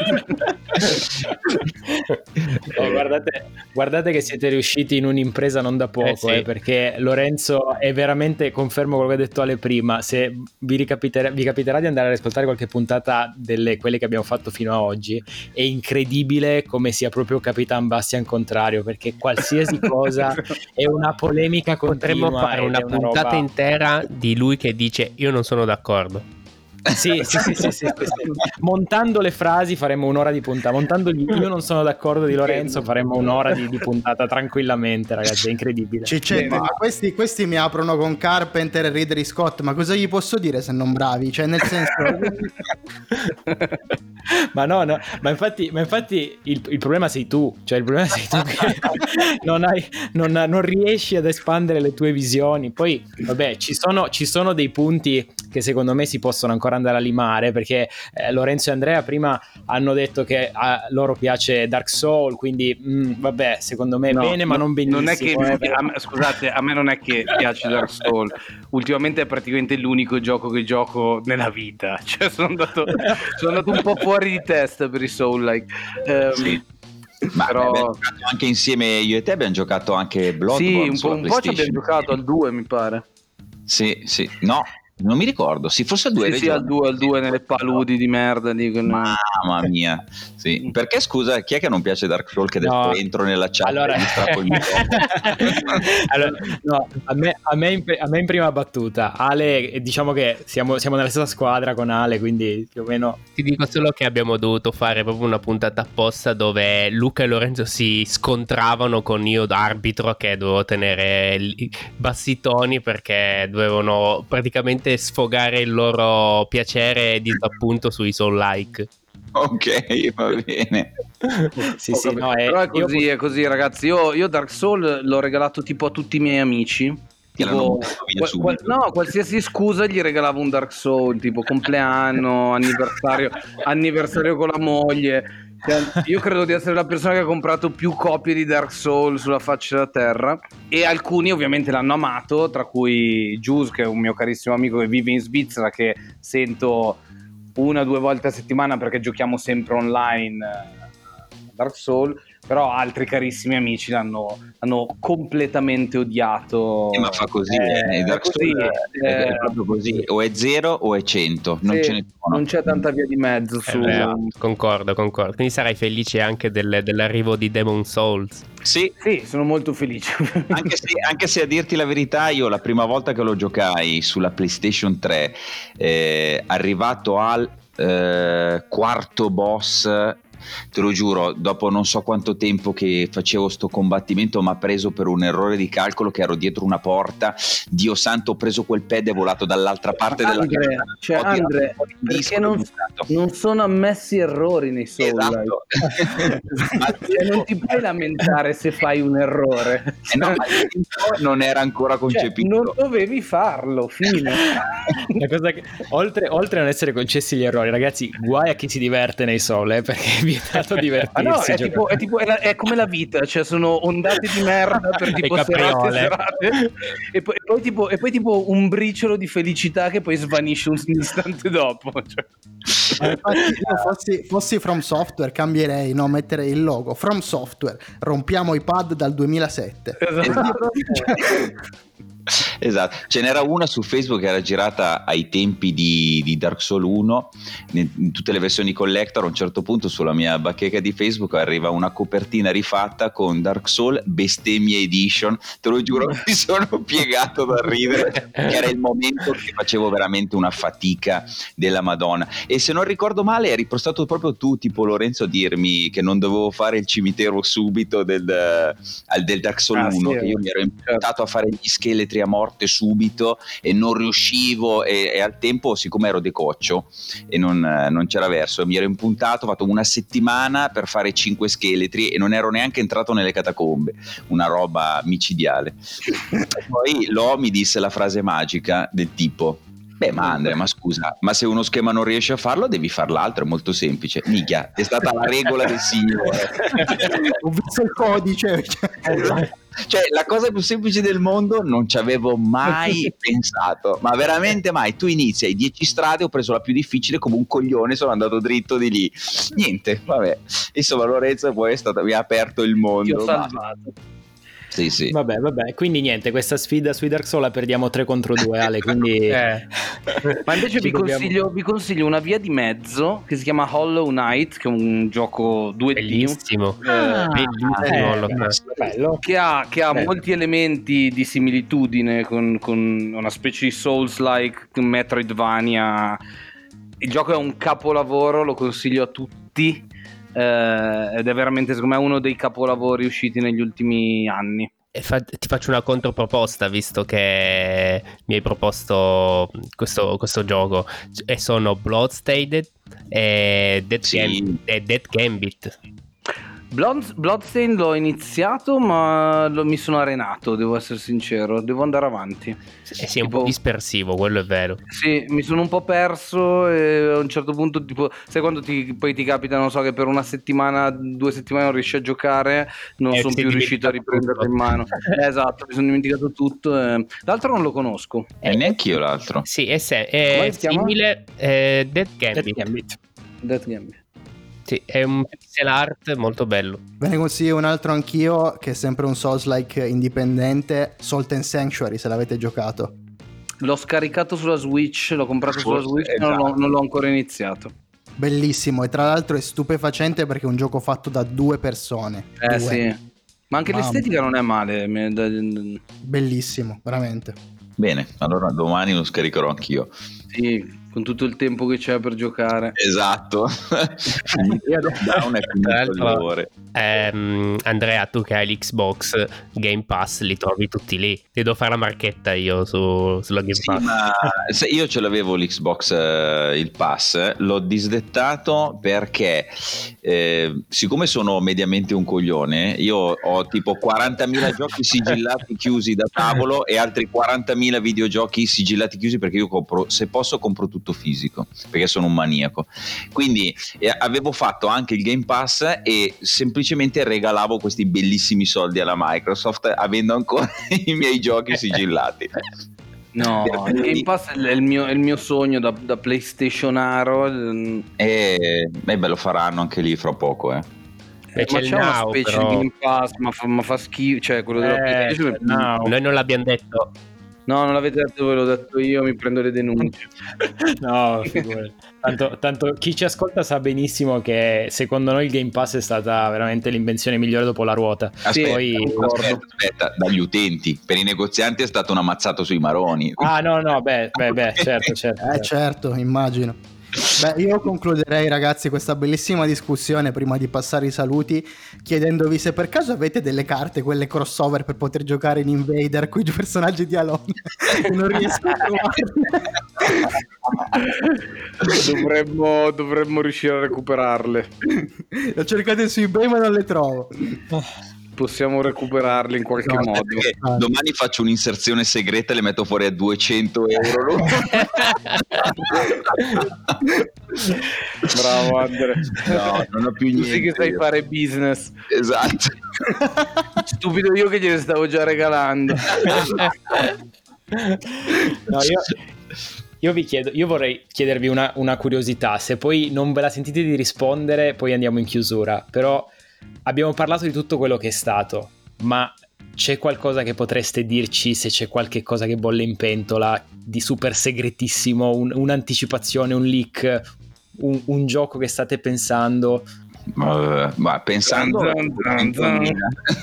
Oh, guardate, guardate che siete riusciti in un'impresa non da poco, Eh sì. eh, perché Lorenzo è veramente, confermo quello che ha detto Ale prima, se vi, ricapiterà, vi capiterà di andare ad ascoltare qualche puntata delle quelle che abbiamo fatto fino a oggi, è incredibile come sia proprio Capitan Bastian contrario, perché qualsiasi cosa è una polemica continua. Potremmo fare ed una è puntata roba- intera di lui che dice io non sono d'accordo. Sì, sì, sì, sì, sì, sì, sì. Montando le frasi faremmo un'ora di puntata. Montando gli io non sono d'accordo di Lorenzo faremmo un'ora di, di puntata tranquillamente, ragazzi, è incredibile. Cicette, ma questi, questi mi aprono con Carpenter e Ridley Scott, ma cosa gli posso dire se non bravi? Cioè, nel senso... Ma no, no, ma infatti, ma infatti il, il problema sei tu, cioè il problema sei tu che non, hai, non, non riesci ad espandere le tue visioni. Poi, vabbè, ci sono, ci sono dei punti che secondo me si possono ancora andare a limare, perché eh, Lorenzo e Andrea prima hanno detto che a loro piace Dark Soul, quindi mh, vabbè, secondo me No, bene, ma no, non benissimo. non è che, eh, a me- scusate, a me non è che piace Dark Souls. Ultimamente è praticamente l'unico gioco che gioco nella vita. Cioè, sono andato, sono andato un po' fuori di testa per i Soul-like. Ehm, Sì. Ma però- abbiamo giocato anche insieme io e te, abbiamo giocato anche sì, Bloodborne un po', sulla un po' ci abbiamo PlayStation. giocato al due, mi pare. Sì, sì, no, Non mi ricordo, sì, forse al due. Sì, sì, al due, al due nelle paludi di merda. Dico, no. Mamma mia, sì. Perché scusa, chi è che non piace Dark Souls? Che No. adesso entro nella chat Allora... e mi strappo il microfono. Allora, no, a me, a, me in, a me in prima battuta, Ale, diciamo che siamo, siamo nella stessa squadra con Ale, quindi più o meno. Ti dico solo che abbiamo dovuto fare proprio una puntata apposta dove Luca e Lorenzo si scontravano con io d'arbitro, che dovevo tenere i bassi toni perché dovevano praticamente sfogare il loro piacere e disappunto sui Soul Like. Ok, va bene. Sì, sì, no, è, però è così, io... è così, ragazzi. Io, io Dark Souls l'ho regalato tipo a tutti i miei amici. Tipo, qual, qual, no, qualsiasi scusa gli regalavo un Dark Souls, tipo compleanno, anniversario, anniversario con la moglie. Io credo di essere la persona che ha comprato più copie di Dark Souls sulla faccia della terra, e alcuni ovviamente l'hanno amato, tra cui Juice, che è un mio carissimo amico che vive in Svizzera, che sento una o due volte a settimana perché giochiamo sempre online Dark Souls. Però altri carissimi amici l'hanno hanno completamente odiato. Eh, ma fa così, eh, eh, Dark così Souls è, eh, è proprio così, o è zero o è cento, non sì, ce ne sono. non c'è tanta via di mezzo su... vero, concordo, concordo. Quindi sarai felice anche del, dell'arrivo di Demon Souls. Sì, sì, sono molto felice. anche se, anche se a dirti la verità, io la prima volta che lo giocai sulla PlayStation tre, eh, arrivato al eh, quarto boss, te lo giuro, dopo non so quanto tempo che facevo sto combattimento, mi ha preso per un errore di calcolo che ero dietro una porta. Dio santo, ho preso quel pad e volato dall'altra parte Andre, della casa. cioè, Andre, perché non, non sono ammessi errori nei Soul esatto. Cioè, non ti puoi lamentare se fai un errore. Eh no, ma il tempo non era ancora concepito. Cioè, non dovevi farlo, fine. La cosa che, oltre, oltre a non essere concessi gli errori, ragazzi, guai a chi si diverte nei Soul, eh, perché è vietato divertirsi. Ah, no, è, tipo, è, tipo, è, la, è come la vita, cioè sono ondate di merda per tipo serate, serate e, poi, e, poi tipo, e poi tipo un briciolo di felicità che poi svanisce un istante dopo. Cioè. Eh, infatti, io fossi, fossi From Software cambierei, no, metterei il logo From Software, rompiamo i pad dal duemilasette. Esatto. Esatto, ce n'era una su Facebook che era girata ai tempi di, di Dark Souls uno, in tutte le versioni collector. A un certo punto sulla mia bacheca di Facebook arriva una copertina rifatta con Dark Souls Bestemmia Edition. Te lo giuro, mi sono piegato da ridere, che era il momento che facevo veramente una fatica della Madonna. E se non ricordo male eri stato proprio tu, tipo Lorenzo, a dirmi che non dovevo fare il cimitero subito del, del Dark Souls ah, uno, sì, che io mi ero imputato a fare gli scheletri a morte subito e non riuscivo, e, e al tempo, siccome ero decoccio e non, non c'era verso, mi ero impuntato, ho fatto una settimana per fare cinque scheletri e non ero neanche entrato nelle catacombe, una roba micidiale. Poi Lo mi disse la frase magica del tipo: beh, ma Andrea, ma scusa, ma se uno schema non riesce a farlo devi far l'altro, è molto semplice. Minchia, è stata la regola del signore. Ho visto il codice. Cioè, la cosa più semplice del mondo non ci avevo mai pensato, ma veramente mai. Tu inizi, hai dieci strade, ho preso la più difficile come un coglione, sono andato dritto di lì. Niente, vabbè. Insomma, Lorenzo poi è stato, mi ha aperto il mondo. Ti ho salvato. Sì, sì. Vabbè, vabbè, quindi niente, questa sfida sui Dark Souls la perdiamo tre contro due, Ale, quindi... eh. Ma invece vi, dobbiamo... consiglio, vi consiglio una via di mezzo che si chiama Hollow Knight, che è un gioco due D. Bellissimo. Ah, Bellissimo. eh, lo bello. Che ha, che ha Bello. molti elementi di similitudine con, con una specie di Souls-like Metroidvania. Il gioco è un capolavoro, lo consiglio a tutti. Eh, ed è veramente, secondo me, uno dei capolavori usciti negli ultimi anni. E fa- ti faccio una controproposta, visto che mi hai proposto questo, questo gioco, e sono Bloodstained e Dead, Sì. Gam- e Dead Gambit. Blood, Bloodstained l'ho iniziato, ma lo, mi sono arenato, devo essere sincero, devo andare avanti. Eh sì, è un Tipo- po' dispersivo, quello è vero. Sì, mi sono un po' perso e a un certo punto, tipo, sai quando ti, poi ti capita, non so, che per una settimana, due settimane non riesci a giocare, non Eh, sono ti sei più riuscito a dimenticato riprenderlo in mano. Eh, esatto, mi sono dimenticato tutto. E... L'altro non lo conosco. E neanch'io l'altro. Sì, è, se- Come è si chiama? simile eh, Dead Dead Gambit. Gambit. Death Gambit. Sì, è un pixel art molto bello. Ve ne consiglio un altro anch'io, che è sempre un Souls-like indipendente, Salt and Sanctuary, se l'avete giocato. L'ho scaricato sulla Switch, l'ho comprato sulla Switch, esatto. non, l'ho, non l'ho ancora iniziato. Bellissimo, e tra l'altro è stupefacente perché è un gioco fatto da due persone. Eh due. sì, ma anche Mamma. l'estetica non è male. Bellissimo, veramente. Bene, allora domani lo scaricherò anch'io. Sì, con tutto il tempo che c'è per giocare. Esatto. Down è finito ehm, Andrea, tu che hai l'Xbox Game Pass, li trovi tutti lì. Ti devo fare la marchetta io su, sulla Game sì, Pass. Ma se io ce l'avevo l'Xbox, eh, il Pass, l'ho disdettato perché eh, siccome sono mediamente un coglione, io ho tipo quarantamila giochi sigillati chiusi da tavolo e altri quarantamila videogiochi sigillati chiusi, perché io compro, se posso compro tutto fisico, perché sono un maniaco. Quindi eh, avevo fatto anche il Game Pass e semplicemente regalavo questi bellissimi soldi alla Microsoft avendo ancora i miei giochi sigillati. No, il Game Pass è il mio, è il mio sogno da, da PlayStationaro. E eh, beh, lo faranno anche lì fra poco, eh. Eh, ma c'è una specie però... di Game Pass, ma fa, ma fa schifo, cioè quello della eh, PlayStation. No. Noi non l'abbiamo detto. No, non l'avete detto voi, l'ho detto io, mi prendo le denunce. No, tanto, tanto chi ci ascolta sa benissimo che secondo noi il Game Pass è stata veramente l'invenzione migliore dopo la ruota. Aspetta, Poi... aspetta, aspetta, dagli utenti, per i negozianti è stato una mazzata sui maroni. Ah no, no, beh, beh, beh certo, certo. Eh certo, immagino. Beh, io concluderei, ragazzi, questa bellissima discussione prima di passare i saluti chiedendovi se per caso avete delle carte, quelle crossover per poter giocare in Invader con i personaggi di Alone. Non riesco a trovarle. dovremmo, dovremmo riuscire a recuperarle. Le ho cercate su eBay ma non le trovo. Possiamo recuperarle in qualche no, modo. Domani faccio un'inserzione segreta e le metto fuori a duecento euro. Bravo Andre. No, non ho più niente. Tu sì che sai io. Fare business. Esatto. Stupido io che gliele stavo già regalando. No, io... Io vi chiedo, io vorrei chiedervi una, una curiosità, se poi non ve la sentite di rispondere poi andiamo in chiusura, però abbiamo parlato di tutto quello che è stato, ma c'è qualcosa che potreste dirci, se c'è qualche cosa che bolle in pentola di super segretissimo, un, un'anticipazione, un leak, un, un gioco che state pensando? Ma, ma pensando dun, dun, dun.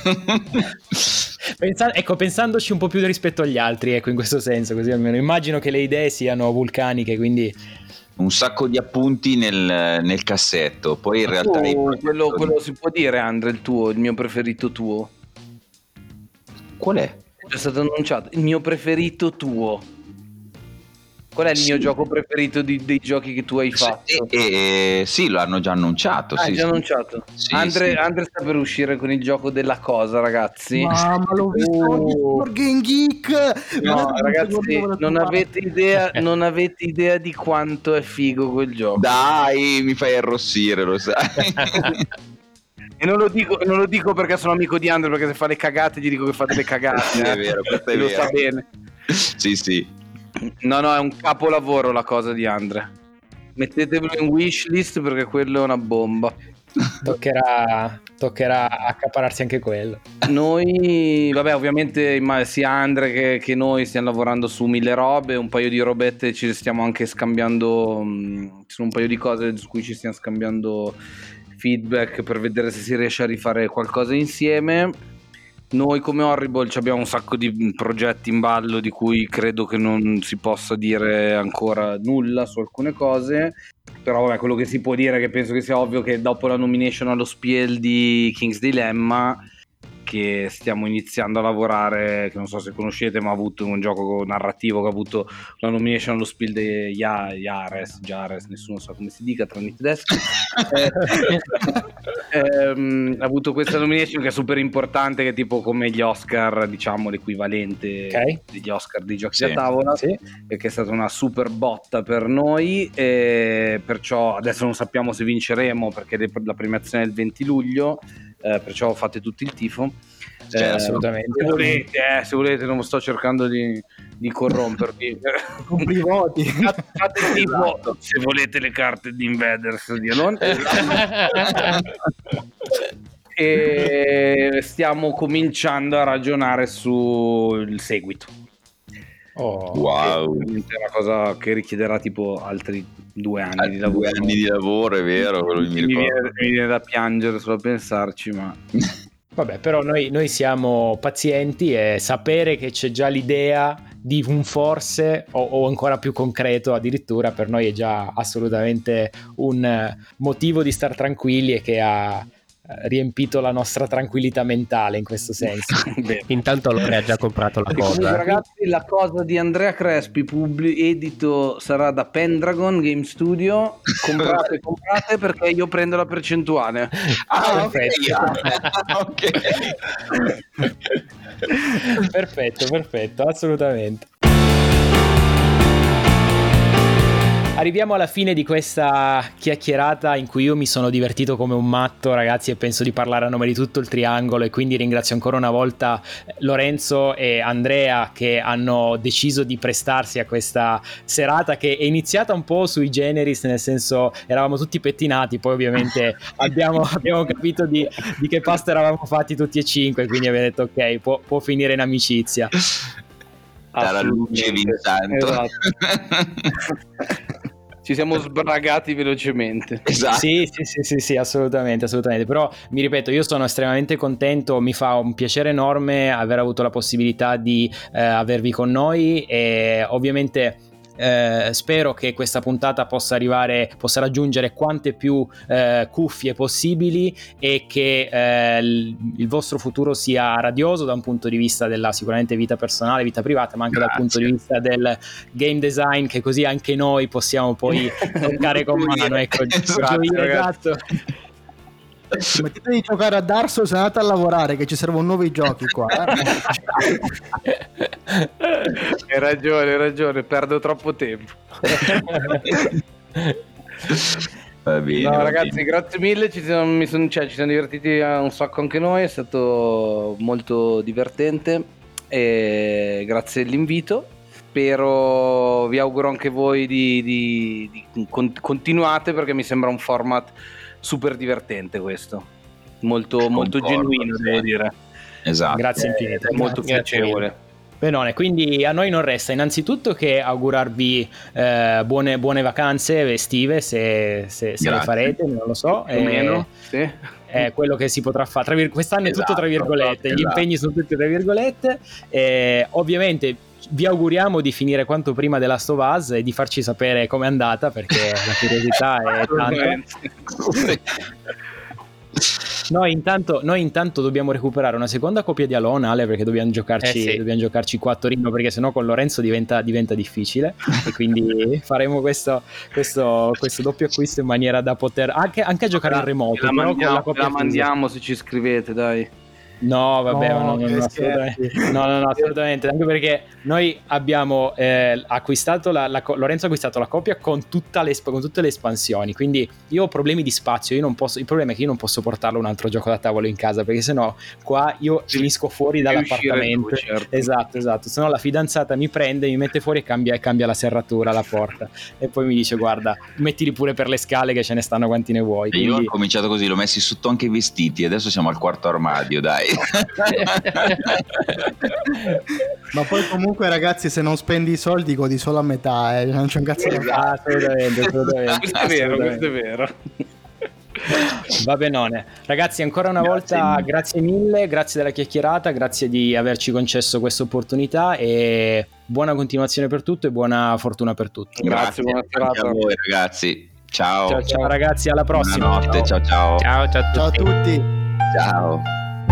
Pensa, ecco, pensandoci un po' più rispetto agli altri, ecco, in questo senso, così almeno immagino che le idee siano vulcaniche, quindi un sacco di appunti nel, nel cassetto. Poi in ma realtà tu, quello, quello si può dire, Andre, il tuo, il mio preferito tuo. Qual è? È stato annunciato il mio preferito tuo. Qual è il sì. mio gioco preferito di, dei giochi che tu hai fatto? Sì, eh, sì, lo hanno già annunciato. Ah, sì, già sì. annunciato. Sì, Andre, sì. Andre sta per uscire con il gioco della cosa, ragazzi. Ma, ma l'ho visto Oh. di Game Geek. No, ragazzi, non avete idea, non avete idea di quanto è figo quel gioco. Dai, mi fai arrossire, lo sai. E non lo dico, non lo dico perché sono amico di Andre, perché se fa le cagate gli dico che fa delle cagate. Sì, eh. è vero, questo è lo vero. sa bene. Sì, sì. No, no, è un capolavoro la cosa di Andre. Mettetelo in wishlist perché quello è una bomba. Toccherà, toccherà accapararsi anche quello. Noi, vabbè, ovviamente sia Andre che, che noi stiamo lavorando su mille robe, un paio di robette ci stiamo anche scambiando, mh, ci sono un paio di cose su cui ci stiamo scambiando feedback per vedere se si riesce a rifare qualcosa insieme. Noi come Horrible abbiamo un sacco di progetti in ballo di cui credo che non si possa dire ancora nulla su alcune cose, però vabbè, quello che si può dire, che penso che sia ovvio, che dopo la nomination allo Spiel di King's Dilemma, che stiamo iniziando a lavorare, che non so se conoscete, ma ha avuto un gioco narrativo che ha avuto la nomination allo Spiel di Jares, Jares, nessuno sa come si dica tranne i tedeschi. eh, ehm, ha avuto questa nomination che è super importante, che è tipo come gli Oscar, diciamo l'equivalente okay. degli Oscar dei giochi sì. da tavola, sì. e che è stata una super botta per noi, e perciò adesso non sappiamo se vinceremo perché la premiazione è il venti luglio. Eh, perciò fate tutti il tifo, cioè, eh, assolutamente se volete, eh, se volete, non sto cercando di, di corrompervi. Compri i voti. Fate, fate il tifo, esatto. Se volete le carte di Invaders di Alone. E stiamo cominciando a ragionare sul seguito. Oh, wow, è una cosa che richiederà tipo altri due anni ah, di lavoro. Due anni di lavoro, è vero, quello mi, mi, mi viene, mi viene da piangere solo a pensarci, ma vabbè, però noi, noi siamo pazienti e sapere che c'è già l'idea di un forse o, o ancora più concreto addirittura per noi è già assolutamente un motivo di star tranquilli e che ha riempito la nostra tranquillità mentale in questo senso. Intanto Lore ha già comprato la cosa. Comunque, ragazzi, la cosa di Andrea Crespi pubblic- edito sarà da Pendragon Game Studio. Comprate, comprate perché io prendo la percentuale. Ah, perfetto. Ok. Perfetto, perfetto, assolutamente. Arriviamo alla fine di questa chiacchierata in cui io mi sono divertito come un matto, ragazzi, e penso di parlare a nome di tutto il triangolo, e quindi ringrazio ancora una volta Lorenzo e Andrea che hanno deciso di prestarsi a questa serata che è iniziata un po' sui generis, nel senso eravamo tutti pettinati, poi ovviamente abbiamo, abbiamo capito di, di che pasta eravamo fatti tutti e cinque, quindi abbiamo detto ok, può, può finire in amicizia. Dalla luce Vinsanto. Esatto. Ci siamo sbragati velocemente. Esatto. Sì, sì, sì, sì, sì, assolutamente, assolutamente. Però mi ripeto, io sono estremamente contento, mi fa un piacere enorme aver avuto la possibilità di eh, avervi con noi e ovviamente eh, spero che questa puntata possa arrivare, possa raggiungere quante più eh, cuffie possibili e che eh, il, il vostro futuro sia radioso da un punto di vista della sicuramente vita personale, vita privata, ma anche Grazie. dal punto di vista del game design, che così anche noi possiamo poi toccare con mano, ecco, gioire, esatto. Smettete di giocare a Dark Souls e andate a lavorare che ci servono nuovi giochi qua, eh? Hai ragione, hai ragione, perdo troppo tempo. Va bene, No, va ragazzi, bene. grazie mille, ci siamo, mi son, cioè, ci siamo divertiti un sacco anche noi, è stato molto divertente e grazie dell'invito. Spero, vi auguro anche voi di, di, di con, continuate, perché mi sembra un format super divertente questo, molto, molto Concordo, genuino, sì. devo dire. Esatto. Grazie infinite. È molto Grazie piacevole. mille. Benone, quindi a noi non resta innanzitutto che augurarvi eh, buone, buone vacanze estive, se, se, se le Grazie. farete, non lo so. Più o meno, sì. È quello che si potrà fare. Tra vir- quest'anno è tutto tra Esatto, virgolette, gli esatto. impegni sono tutti tra virgolette. E ovviamente vi auguriamo di finire quanto prima The Last of Us e di farci sapere com'è andata, perché la curiosità è tanta. Noi intanto, noi intanto dobbiamo recuperare una seconda copia di Alone, Ale, perché dobbiamo giocarci, Eh sì. dobbiamo giocarci quattro rima, perché sennò con Lorenzo diventa, diventa difficile e quindi faremo questo, questo, questo doppio acquisto in maniera da poter anche, anche a giocare in remoto, la però con mandiamo, la copia la fisica. mandiamo se ci scrivete, dai. No, vabbè, No, no, no, che no, scherzi. assolutamente, no, no, no, assolutamente, anche perché noi abbiamo eh, acquistato la, la, Lorenzo ha acquistato la copia con, tutta le, con tutte le espansioni, quindi io ho problemi di spazio, io non posso, il problema è che io non posso portarlo un altro gioco da tavolo in casa, perché sennò qua io finisco fuori dall'appartamento. Tu, certo. Esatto, esatto, sennò la fidanzata mi prende, mi mette fuori e cambia, cambia la serratura, la porta, e poi mi dice guarda, mettili pure per le scale che ce ne stanno quanti ne vuoi. E io Quindi... ho cominciato così, l'ho messi sotto anche i vestiti, adesso siamo al quarto armadio, dai. Ma poi comunque ragazzi, se non spendi i soldi godi solo a metà, eh. Non c'è un cazzo da fare. Assolutamente, assolutamente, Questo è vero, assolutamente. questo è vero. Va benone. Ragazzi, ancora una Grazie volta mille. grazie mille, grazie della chiacchierata, grazie di averci concesso questa opportunità e buona continuazione per tutto e buona fortuna per tutti. Grazie, buona anche a serata. voi ragazzi. Ciao. Ciao ciao ragazzi, alla prossima. Buonanotte, ciao ciao. Ciao, ciao a Ciao a tutti. tutti. Ciao.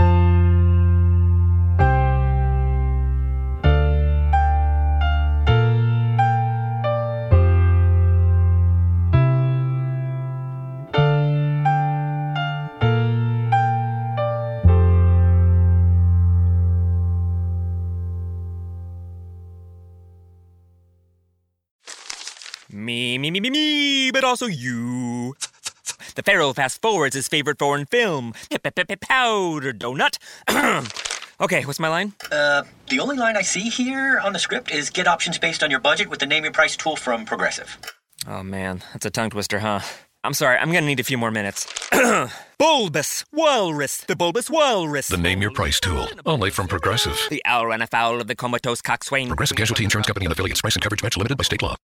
Me, me, me, me, me, but also you. The Pharaoh fast forwards his favorite foreign film, Powder Donut. Okay, what's my line? Uh, the only line I see here on the script is get options based on your budget with the name your price tool from Progressive. Oh man, that's a tongue twister, huh? I'm sorry, I'm gonna need a few more minutes. Bulbous Walrus, the Bulbous Walrus. The Name Your Price tool, only from Progressive. The owl ran afoul of the comatose coxswain. Progressive Casualty Insurance Company and affiliates. Price and coverage match limited by state law.